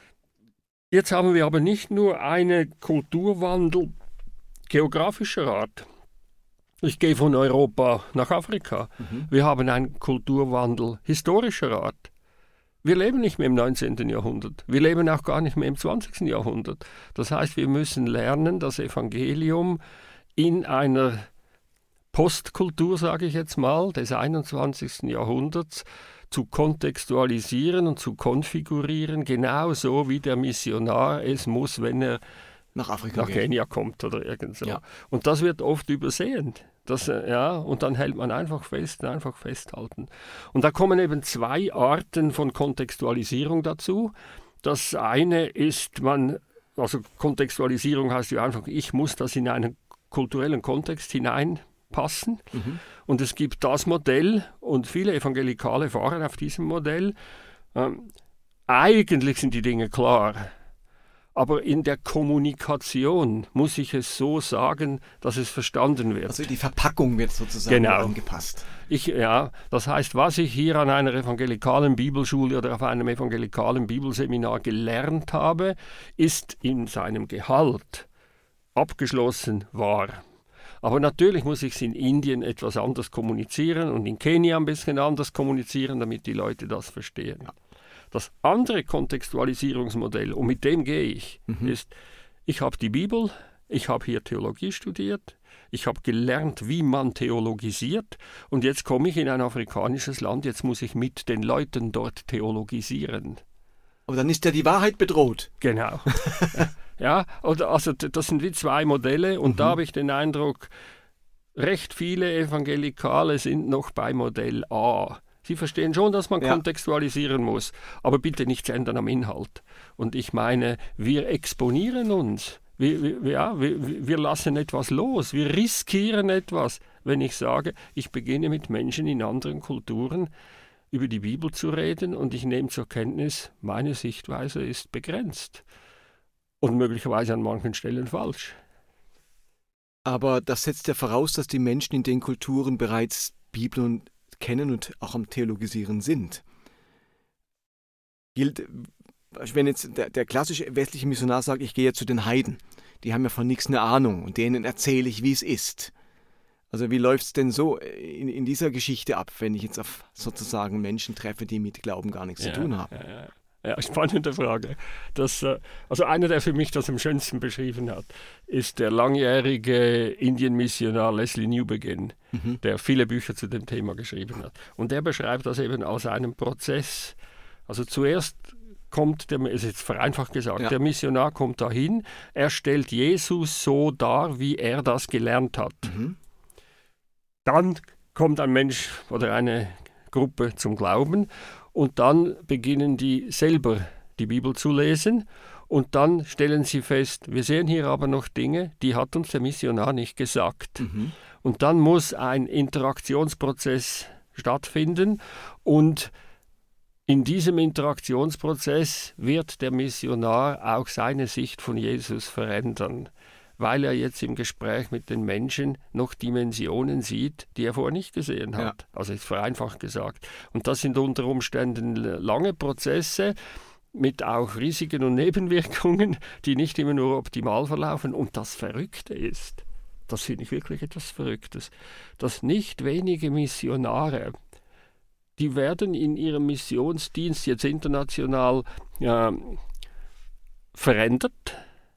S2: Jetzt haben wir aber nicht nur einen Kulturwandel geografischer Art. Ich gehe von Europa nach Afrika. Mhm. Wir haben einen Kulturwandel historischer Art. Wir leben nicht mehr im neunzehnten Jahrhundert. Wir leben auch gar nicht mehr im zwanzigsten Jahrhundert. Das heißt, wir müssen lernen, das Evangelium in einer Postkultur, sage ich jetzt mal, des einundzwanzigsten Jahrhunderts zu kontextualisieren und zu konfigurieren, genauso wie der Missionar es muss, wenn er
S1: nach Afrika
S2: nach
S1: geht.
S2: Kenia kommt oder irgend so.
S1: Ja.
S2: Und das wird oft übersehen. Das, ja, und dann hält man einfach fest, einfach festhalten. Und da kommen eben zwei Arten von Kontextualisierung dazu. Das eine ist, man, also Kontextualisierung heißt ja einfach, ich muss das in einen kulturellen Kontext hinein passen. Mhm. Und es gibt das Modell und viele Evangelikale fahren auf diesem Modell. Ähm, eigentlich sind die Dinge klar, aber in der Kommunikation muss ich es so sagen, dass es verstanden wird.
S1: Also die Verpackung wird sozusagen
S2: genau.
S1: angepasst.
S2: Ich, ja, das heißt, was ich hier an einer evangelikalen Bibelschule oder auf einem evangelikalen Bibelseminar gelernt habe, ist in seinem Gehalt abgeschlossen wahr. Aber natürlich muss ich es in Indien etwas anders kommunizieren und in Kenia ein bisschen anders kommunizieren, damit die Leute das verstehen. Ja. Das andere Kontextualisierungsmodell, und mit dem gehe ich, mhm. ist, ich habe die Bibel, ich habe hier Theologie studiert, ich habe gelernt, wie man theologisiert und jetzt komme ich in ein afrikanisches Land, jetzt muss ich mit den Leuten dort theologisieren.
S1: Aber dann ist ja die Wahrheit bedroht.
S2: Genau. Ja, oder, also das sind wie zwei Modelle und mhm. da habe ich den Eindruck, recht viele Evangelikale sind noch bei Modell A. Sie verstehen schon, dass man ja. kontextualisieren muss, aber bitte nichts ändern am Inhalt. Und ich meine, wir exponieren uns, wir, wir, ja, wir, wir lassen etwas los, wir riskieren etwas, wenn ich sage, ich beginne mit Menschen in anderen Kulturen über die Bibel zu reden und ich nehme zur Kenntnis, meine Sichtweise ist begrenzt. Und möglicherweise an manchen Stellen falsch.
S1: Aber das setzt ja voraus, dass die Menschen in den Kulturen bereits Bibel kennen und auch am Theologisieren sind. Gilt, wenn jetzt der, der klassische westliche Missionar sagt, ich gehe ja zu den Heiden, die haben ja von nichts eine Ahnung und denen erzähle ich, wie es ist. Also wie läuft es denn so in, in dieser Geschichte ab, wenn ich jetzt auf sozusagen Menschen treffe, die mit Glauben gar nichts ja, zu tun haben?
S2: Ja, ja. Ja, spannende Frage. Das, also einer, der für mich das am schönsten beschrieben hat, ist der langjährige Indien-Missionar Leslie Newbegin, mhm. der viele Bücher zu dem Thema geschrieben hat. Und der beschreibt das eben als einen Prozess. Also zuerst kommt, der, ist jetzt vereinfacht gesagt, ja. der Missionar kommt dahin, er stellt Jesus so dar, wie er das gelernt hat. Mhm. Dann kommt ein Mensch oder eine Gruppe zum Glauben und dann beginnen die selber die Bibel zu lesen und dann stellen sie fest, wir sehen hier aber noch Dinge, die hat uns der Missionar nicht gesagt. Mhm. Und dann muss ein Interaktionsprozess stattfinden und in diesem Interaktionsprozess wird der Missionar auch seine Sicht von Jesus verändern. weil er jetzt im Gespräch mit den Menschen noch Dimensionen sieht, die er vorher nicht gesehen hat. Ja. Also ist vereinfacht gesagt. Und das sind unter Umständen lange Prozesse mit auch Risiken und Nebenwirkungen, die nicht immer nur optimal verlaufen. Und das Verrückte ist, das finde ich wirklich etwas Verrücktes, dass nicht wenige Missionare, die werden in ihrem Missionsdienst jetzt international äh, verändert,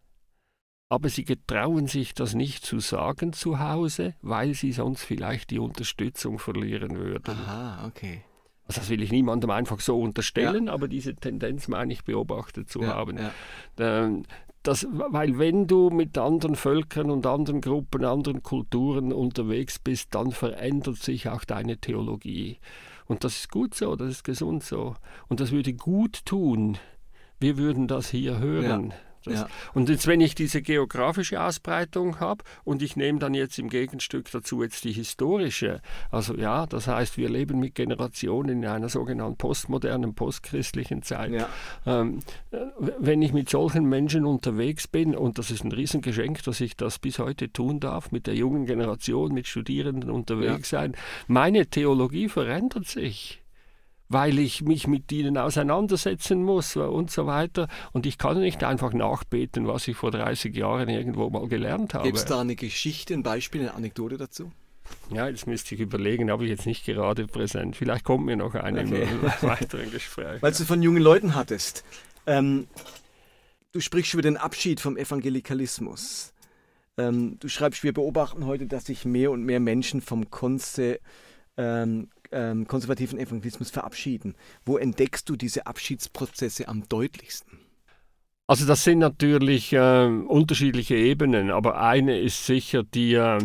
S2: aber sie getrauen sich das nicht zu sagen zu Hause, weil sie sonst vielleicht die Unterstützung verlieren würden.
S1: Aha, okay.
S2: Also das will ich niemandem einfach so unterstellen,
S1: ja.
S2: aber diese Tendenz meine ich beobachtet zu
S1: ja,
S2: haben.
S1: Ja.
S2: Das, weil wenn du mit anderen Völkern und anderen Gruppen, anderen Kulturen unterwegs bist, dann verändert sich auch deine Theologie. Und das ist gut so, das ist gesund so. Und das würde gut tun. Wir würden das hier hören.
S1: Ja.
S2: Das,
S1: ja.
S2: Und jetzt, wenn ich diese geografische Ausbreitung habe und ich nehme dann jetzt im Gegenstück dazu jetzt die historische, also ja, das heißt, wir leben mit Generationen in einer sogenannten postmodernen, postchristlichen Zeit.
S1: Ja.
S2: Ähm, wenn ich mit solchen Menschen unterwegs bin, und das ist ein Riesengeschenk, dass ich das bis heute tun darf, mit der jungen Generation, mit Studierenden unterwegs ja. sein, meine Theologie verändert sich, weil ich mich mit ihnen auseinandersetzen muss und so weiter. Und ich kann nicht einfach nachbeten, was ich vor dreißig Jahren irgendwo mal gelernt habe.
S1: Gibt es da eine Geschichte, ein Beispiel, eine Anekdote dazu?
S2: Ja, jetzt müsste ich überlegen, habe ich jetzt nicht gerade präsent. Vielleicht kommt mir noch eine
S1: okay.
S2: im weiteren Gespräch.
S1: Weil ja. du von jungen Leuten hattest. Ähm, du sprichst über den Abschied vom Evangelikalismus. Ähm, du schreibst, wir beobachten heute, dass sich mehr und mehr Menschen vom Konse, ähm, ähm, konservativen Evangelismus verabschieden. Wo entdeckst du diese Abschiedsprozesse am deutlichsten?
S2: Also das sind natürlich äh, unterschiedliche Ebenen, aber eine ist sicher die, äh,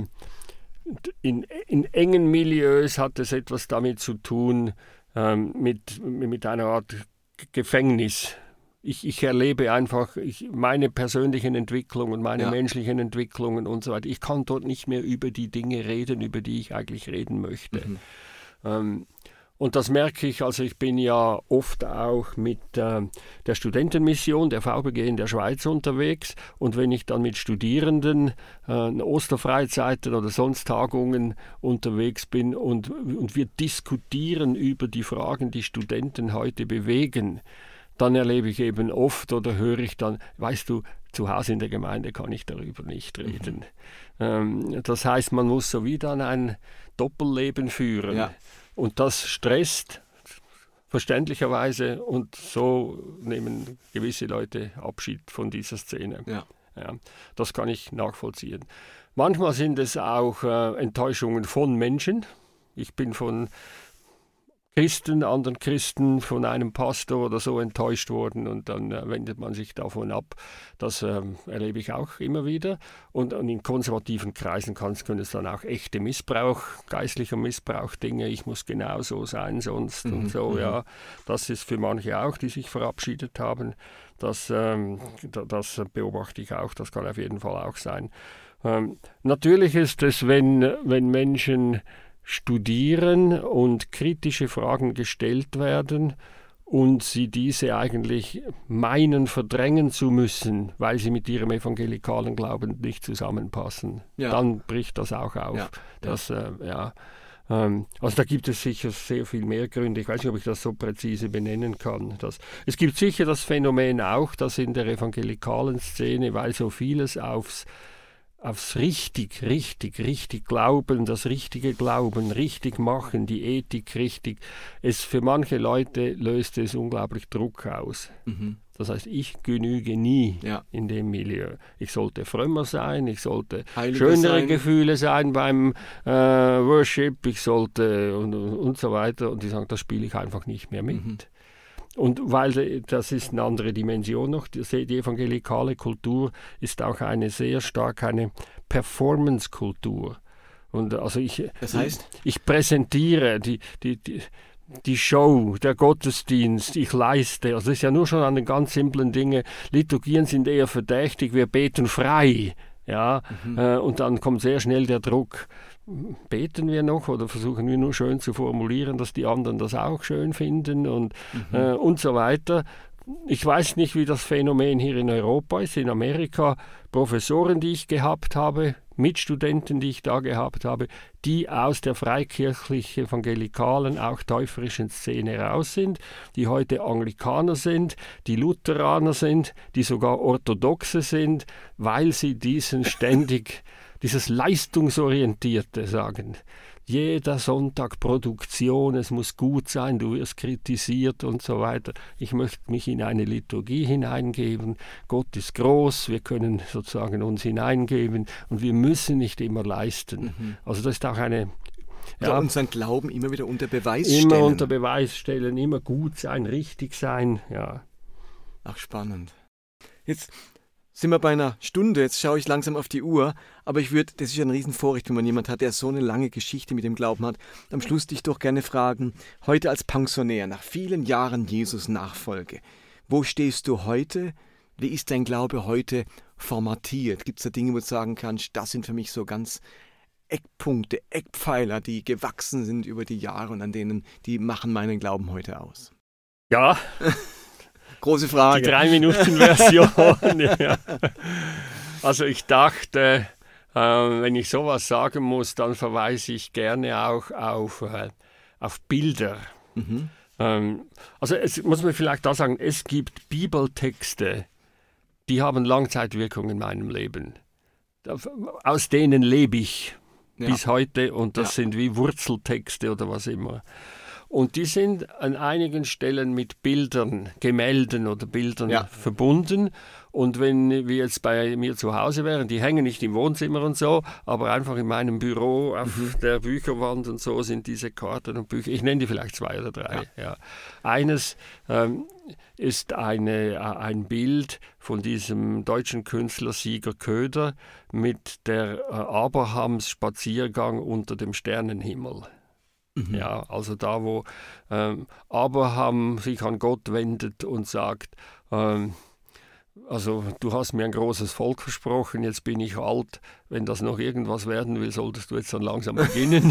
S2: in, in engen Milieus hat es etwas damit zu tun, äh, mit, mit einer Art Gefängnis. Ich, ich erlebe einfach ich, meine persönlichen Entwicklungen, meine ja. menschlichen Entwicklungen und so weiter. Ich kann dort nicht mehr über die Dinge reden, über die ich eigentlich reden möchte. Mhm. Ähm, und das merke ich, also ich bin ja oft auch mit äh, der Studentenmission, der V B G in der Schweiz unterwegs, und wenn ich dann mit Studierenden äh, in Osterfreizeiten oder sonst Tagungen unterwegs bin und, und wir diskutieren über die Fragen, die Studenten heute bewegen, dann erlebe ich eben oft oder höre ich dann, weißt du, zu Hause in der Gemeinde kann ich darüber nicht reden. Mhm. Ähm, das heißt, man muss so wie dann ein Doppelleben führen. Ja. Und das stresst verständlicherweise, und so nehmen gewisse Leute Abschied von dieser Szene. Ja. Ja, das kann ich nachvollziehen. Manchmal sind es auch äh, Enttäuschungen von Menschen. Ich bin von Christen, anderen Christen, von einem Pastor oder so enttäuscht worden, und dann äh, wendet man sich davon ab. Das äh, erlebe ich auch immer wieder. Und, und in konservativen Kreisen kann es, können es dann auch echte Missbrauch, geistlicher Missbrauch, Dinge, ich muss genau so sein, sonst mhm, und so, m- ja. Das ist für manche auch, die sich verabschiedet haben. Das, ähm, das beobachte ich auch, das kann auf jeden Fall auch sein. Ähm, natürlich ist es, wenn, wenn Menschen studieren und kritische Fragen gestellt werden und sie diese eigentlich meinen verdrängen zu müssen, weil sie mit ihrem evangelikalen Glauben nicht zusammenpassen, ja. dann bricht das auch auf. Ja. Das, äh, ja. ähm, also da gibt es sicher sehr viel mehr Gründe. Ich weiß nicht, ob ich das so präzise benennen kann. Das, es gibt sicher das Phänomen auch, dass in der evangelikalen Szene, weil so vieles aufs aufs richtig, richtig, richtig Glauben, das richtige Glauben, richtig machen, die Ethik richtig. Es für manche Leute löst es unglaublich Druck aus. Mhm. Das heißt, ich genüge nie ja. in dem Milieu. Ich sollte frömmer sein, ich sollte Heiliger schönere sein. Gefühle sein beim äh, Worship, ich sollte und, und so weiter. Und die sagen, das spiele ich einfach nicht mehr mit. Mhm. Und weil das ist eine andere Dimension noch, die evangelikale Kultur ist auch eine sehr stark eine Performance-Kultur. Und also ich,
S1: das heißt?
S2: ich, ich präsentiere die, die, die, die Show, der Gottesdienst, ich leiste. Also das ist ja nur schon an den ganz simplen Dingen. Liturgien sind eher verdächtig, wir beten frei. Ja, mhm. äh, und dann kommt sehr schnell der Druck, beten wir noch oder versuchen wir nur schön zu formulieren, dass die anderen das auch schön finden und, mhm. äh, und so weiter. ich weiß nicht, wie das Phänomen hier in Europa ist. In Amerika, Professoren, die ich gehabt habe, Mitstudenten, die ich da gehabt habe, die aus der freikirchlich-evangelikalen, auch täuferischen Szene raus sind, die heute Anglikaner sind, die Lutheraner sind, die sogar Orthodoxe sind, weil sie diesen ständig, dieses Leistungsorientierte sagen. Jeder Sonntag Produktion, es muss gut sein, du wirst kritisiert und so weiter. Ich möchte mich in eine Liturgie hineingeben. Gott ist groß, wir können sozusagen uns hineingeben und wir müssen nicht immer leisten. Mhm. Also das ist auch eine...
S1: Ja, ja, unseren Glauben immer wieder unter Beweis
S2: immer
S1: stellen.
S2: Immer unter Beweis stellen, immer gut sein, richtig sein, ja.
S1: Ach, spannend. Jetzt sind wir bei einer Stunde, jetzt schaue ich langsam auf die Uhr, aber ich würde, das ist ja ein Riesenvorrecht, wenn man jemanden hat, der so eine lange Geschichte mit dem Glauben hat, am Schluss dich doch gerne fragen, heute als Pensionär, nach vielen Jahren Jesus-Nachfolge, wo stehst du heute? Wie ist dein Glaube heute formatiert? Gibt es da Dinge, wo du sagen kannst, das sind für mich so ganz Eckpunkte, Eckpfeiler, die gewachsen sind über die Jahre und an denen, die machen meinen Glauben heute aus?
S2: Ja,
S1: große Frage.
S2: Die Drei-Minuten-Version. Ja. Also ich dachte, äh, wenn ich sowas sagen muss, dann verweise ich gerne auch auf, äh, auf Bilder. Mhm. Ähm, also es muss man vielleicht da sagen, es gibt Bibeltexte, die haben Langzeitwirkung in meinem Leben. Aus denen lebe ich ja. bis heute und das ja. sind wie Wurzeltexte oder was immer. Und die sind an einigen Stellen mit Bildern, Gemälden oder Bildern ja. verbunden. Und wenn wir jetzt bei mir zu Hause wären, die hängen nicht im Wohnzimmer und so, aber einfach in meinem Büro auf mhm. der Bücherwand und so sind diese Karten und Bücher. Ich nenne die vielleicht zwei oder drei. Ja. Ja. Eines ähm, ist eine, ein Bild von diesem deutschen Künstler Sieger Köder mit der äh, Abrahams Spaziergang unter dem Sternenhimmel. Ja, also da, wo ähm, Abraham sich an Gott wendet und sagt, ähm, also du hast mir ein großes Volk versprochen, jetzt bin ich alt, wenn das noch irgendwas werden will, solltest du jetzt dann langsam beginnen.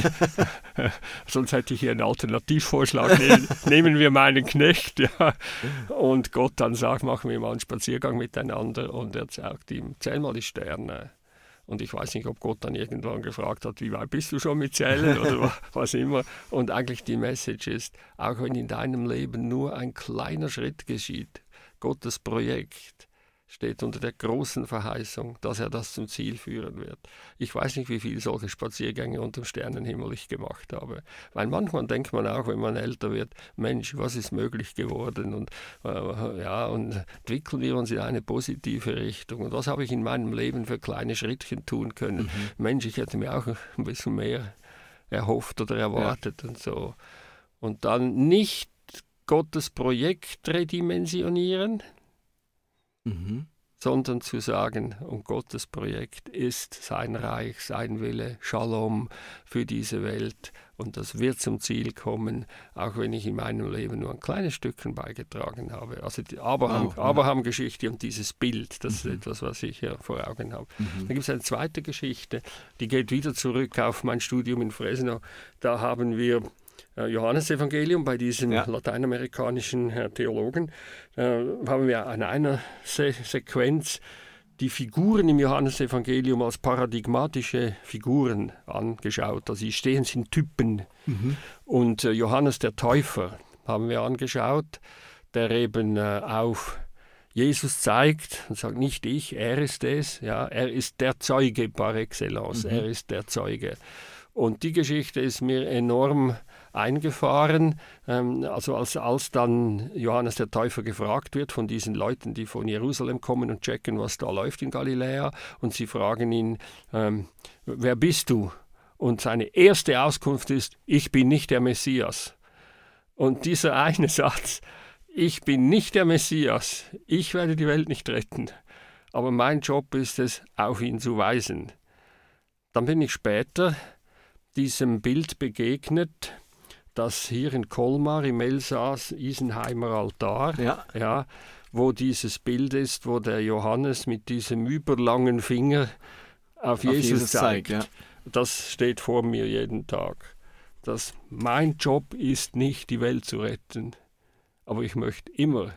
S2: Sonst hätte ich hier einen Alternativvorschlag, nehmen, nehmen wir meinen Knecht. Ja. Und Gott dann sagt, machen wir mal einen Spaziergang miteinander und er sagt ihm, zähl mal die Sterne. Und ich weiß nicht, ob Gott dann irgendwann gefragt hat, wie weit bist du schon mit Zählen oder was immer. Und eigentlich die Message ist, auch wenn in deinem Leben nur ein kleiner Schritt geschieht, Gottes Projekt steht unter der großen Verheißung, dass er das zum Ziel führen wird. Ich weiß nicht, wie viele solche Spaziergänge unter dem Sternenhimmel ich gemacht habe. Weil manchmal denkt man auch, wenn man älter wird, Mensch, was ist möglich geworden? Und, äh, ja, und entwickeln wir uns in eine positive Richtung. Und was habe ich in meinem Leben für kleine Schrittchen tun können? Mhm. Mensch, ich hätte mir auch ein bisschen mehr erhofft oder erwartet ja. und so. Und dann nicht Gottes Projekt redimensionieren, Mhm. sondern zu sagen, und Gottes Projekt ist sein Reich, sein Wille, Shalom für diese Welt und das wird zum Ziel kommen, auch wenn ich in meinem Leben nur ein kleines Stückchen beigetragen habe. Also die Abraham, oh, ja. Abraham-Geschichte und dieses Bild, das mhm. ist etwas, was ich hier vor Augen habe. Mhm. Dann gibt es eine zweite Geschichte, die geht wieder zurück auf mein Studium in Fresno. Da haben wir Johannesevangelium bei diesem ja. lateinamerikanischen äh, Theologen, äh, haben wir an einer Se- Sequenz die Figuren im Johannesevangelium als paradigmatische Figuren angeschaut. Also die stehen sind Typen. Mhm. Und äh, Johannes der Täufer haben wir angeschaut, der eben äh, auf Jesus zeigt und sagt, nicht ich, er ist es. Ja, er ist der Zeuge par excellence, mhm. er ist der Zeuge. Und die Geschichte ist mir enorm eingefahren, ähm, also als, als dann Johannes der Täufer gefragt wird von diesen Leuten, die von Jerusalem kommen und checken, was da läuft in Galiläa, und sie fragen ihn, ähm, wer bist du? Und seine erste Auskunft ist, ich bin nicht der Messias. Und dieser eine Satz, ich bin nicht der Messias, ich werde die Welt nicht retten, aber mein Job ist es, auf ihn zu weisen. Dann bin ich später diesem Bild begegnet, das hier in Colmar im Elsass, Isenheimer Altar, ja. Ja, wo dieses Bild ist, wo der Johannes mit diesem überlangen Finger auf, auf Jesus, Jesus zeigt. Ja. Das steht vor mir jeden Tag. Dass mein Job ist nicht, die Welt zu retten, aber ich möchte immer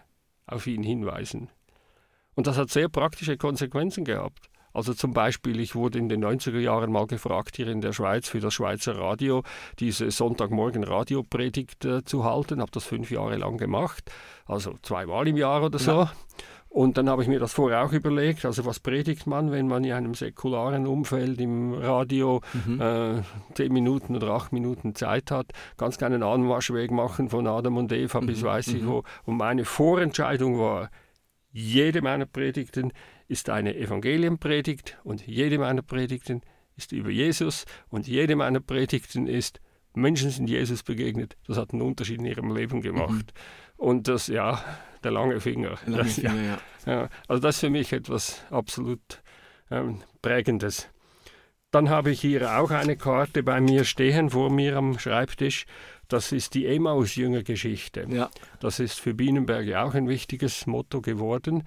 S2: auf ihn hinweisen. Und das hat sehr praktische Konsequenzen gehabt. Also zum Beispiel, ich wurde in den neunziger Jahren mal gefragt, hier in der Schweiz für das Schweizer Radio diese Sonntagmorgen Radiopredigt äh, zu halten. Habe das fünf Jahre lang gemacht, also zweimal im Jahr oder so. Ja. Und dann habe ich mir das vorher auch überlegt, also was predigt man, wenn man in einem säkularen Umfeld im Radio mhm. äh, zehn Minuten oder acht Minuten Zeit hat, ganz keinen Anmarschweg machen von Adam und Eva mhm. bis weiß ich mhm. wo. Und meine Vorentscheidung war, jede meiner Predigten ist eine Evangelienpredigt und jede meiner Predigten ist über Jesus und jede meiner Predigten ist, Menschen sind Jesus begegnet. Das hat einen Unterschied in ihrem Leben gemacht. Mhm. Und das, ja, der lange Finger.
S1: Der lange
S2: das,
S1: Finger,
S2: ja,
S1: ja.
S2: ja. Also das ist für mich etwas absolut ähm, Prägendes. Dann habe ich hier auch eine Karte bei mir stehen, vor mir am Schreibtisch. Das ist die Emmaus-Jünger-Geschichte. Ja. Das ist für Bienenberg auch ein wichtiges Motto geworden,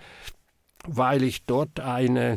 S2: weil ich dort eine,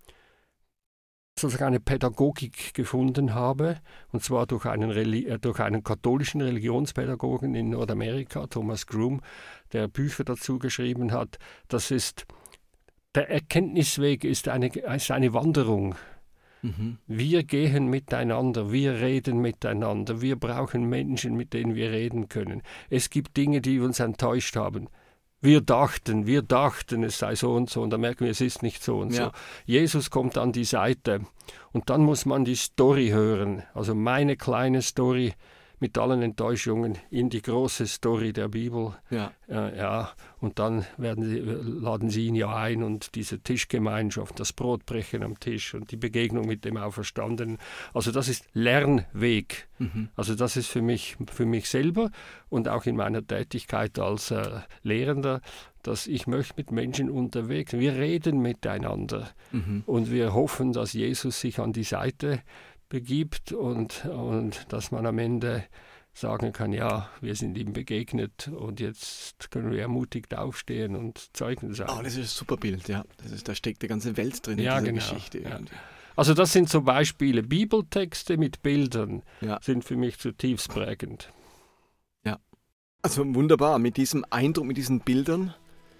S2: sozusagen eine Pädagogik gefunden habe, und zwar durch einen, Reli- durch einen katholischen Religionspädagogen in Nordamerika, Thomas Groom, der Bücher dazu geschrieben hat. Das ist, der Erkenntnisweg ist eine, ist eine Wanderung. Mhm. Wir gehen miteinander, wir reden miteinander, wir brauchen Menschen, mit denen wir reden können. Es gibt Dinge, die uns enttäuscht haben. Wir dachten, wir dachten, es sei so und so, und dann merken wir, es ist nicht so und ja. so. Jesus kommt an die Seite und dann muss man die Story hören, also meine kleine Story mit allen Enttäuschungen in die große Story der Bibel. Ja. Äh, ja. Und dann werden sie, laden sie ihn ja ein und diese Tischgemeinschaft, das Brotbrechen am Tisch und die Begegnung mit dem Auferstandenen. Also das ist Lernweg. Mhm. Also das ist für mich, für mich selber und auch in meiner Tätigkeit als äh, Lehrender, dass ich möchte mit Menschen unterwegs. Wir reden miteinander mhm. und wir hoffen, dass Jesus sich an die Seite begibt und, und dass man am Ende sagen kann, ja, wir sind ihm begegnet und jetzt können wir ermutigt aufstehen und Zeugen sein.
S1: Oh, das ist ein super Bild, ja. Das ist, da steckt die ganze Welt drin
S2: ja,
S1: in dieser
S2: genau,
S1: Geschichte.
S2: Ja. Also das sind so Beispiele. Bibeltexte mit Bildern ja. sind für mich zutiefst prägend.
S1: Ja, also wunderbar. Mit diesem Eindruck, mit diesen Bildern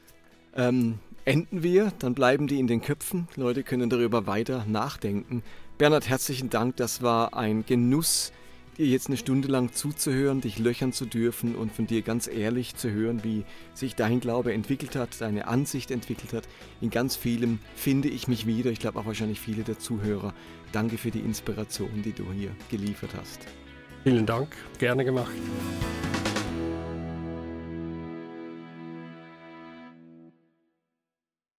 S1: ähm, enden wir. Dann bleiben die in den Köpfen. Leute können darüber weiter nachdenken. Bernhard, herzlichen Dank. Das war ein Genuss, dir jetzt eine Stunde lang zuzuhören, dich löchern zu dürfen und von dir ganz ehrlich zu hören, wie sich dein Glaube entwickelt hat, deine Ansicht entwickelt hat. In ganz vielem finde ich mich wieder. Ich glaube auch wahrscheinlich viele der Zuhörer. Danke für die Inspiration, die du hier geliefert hast.
S2: Vielen Dank. Gerne gemacht.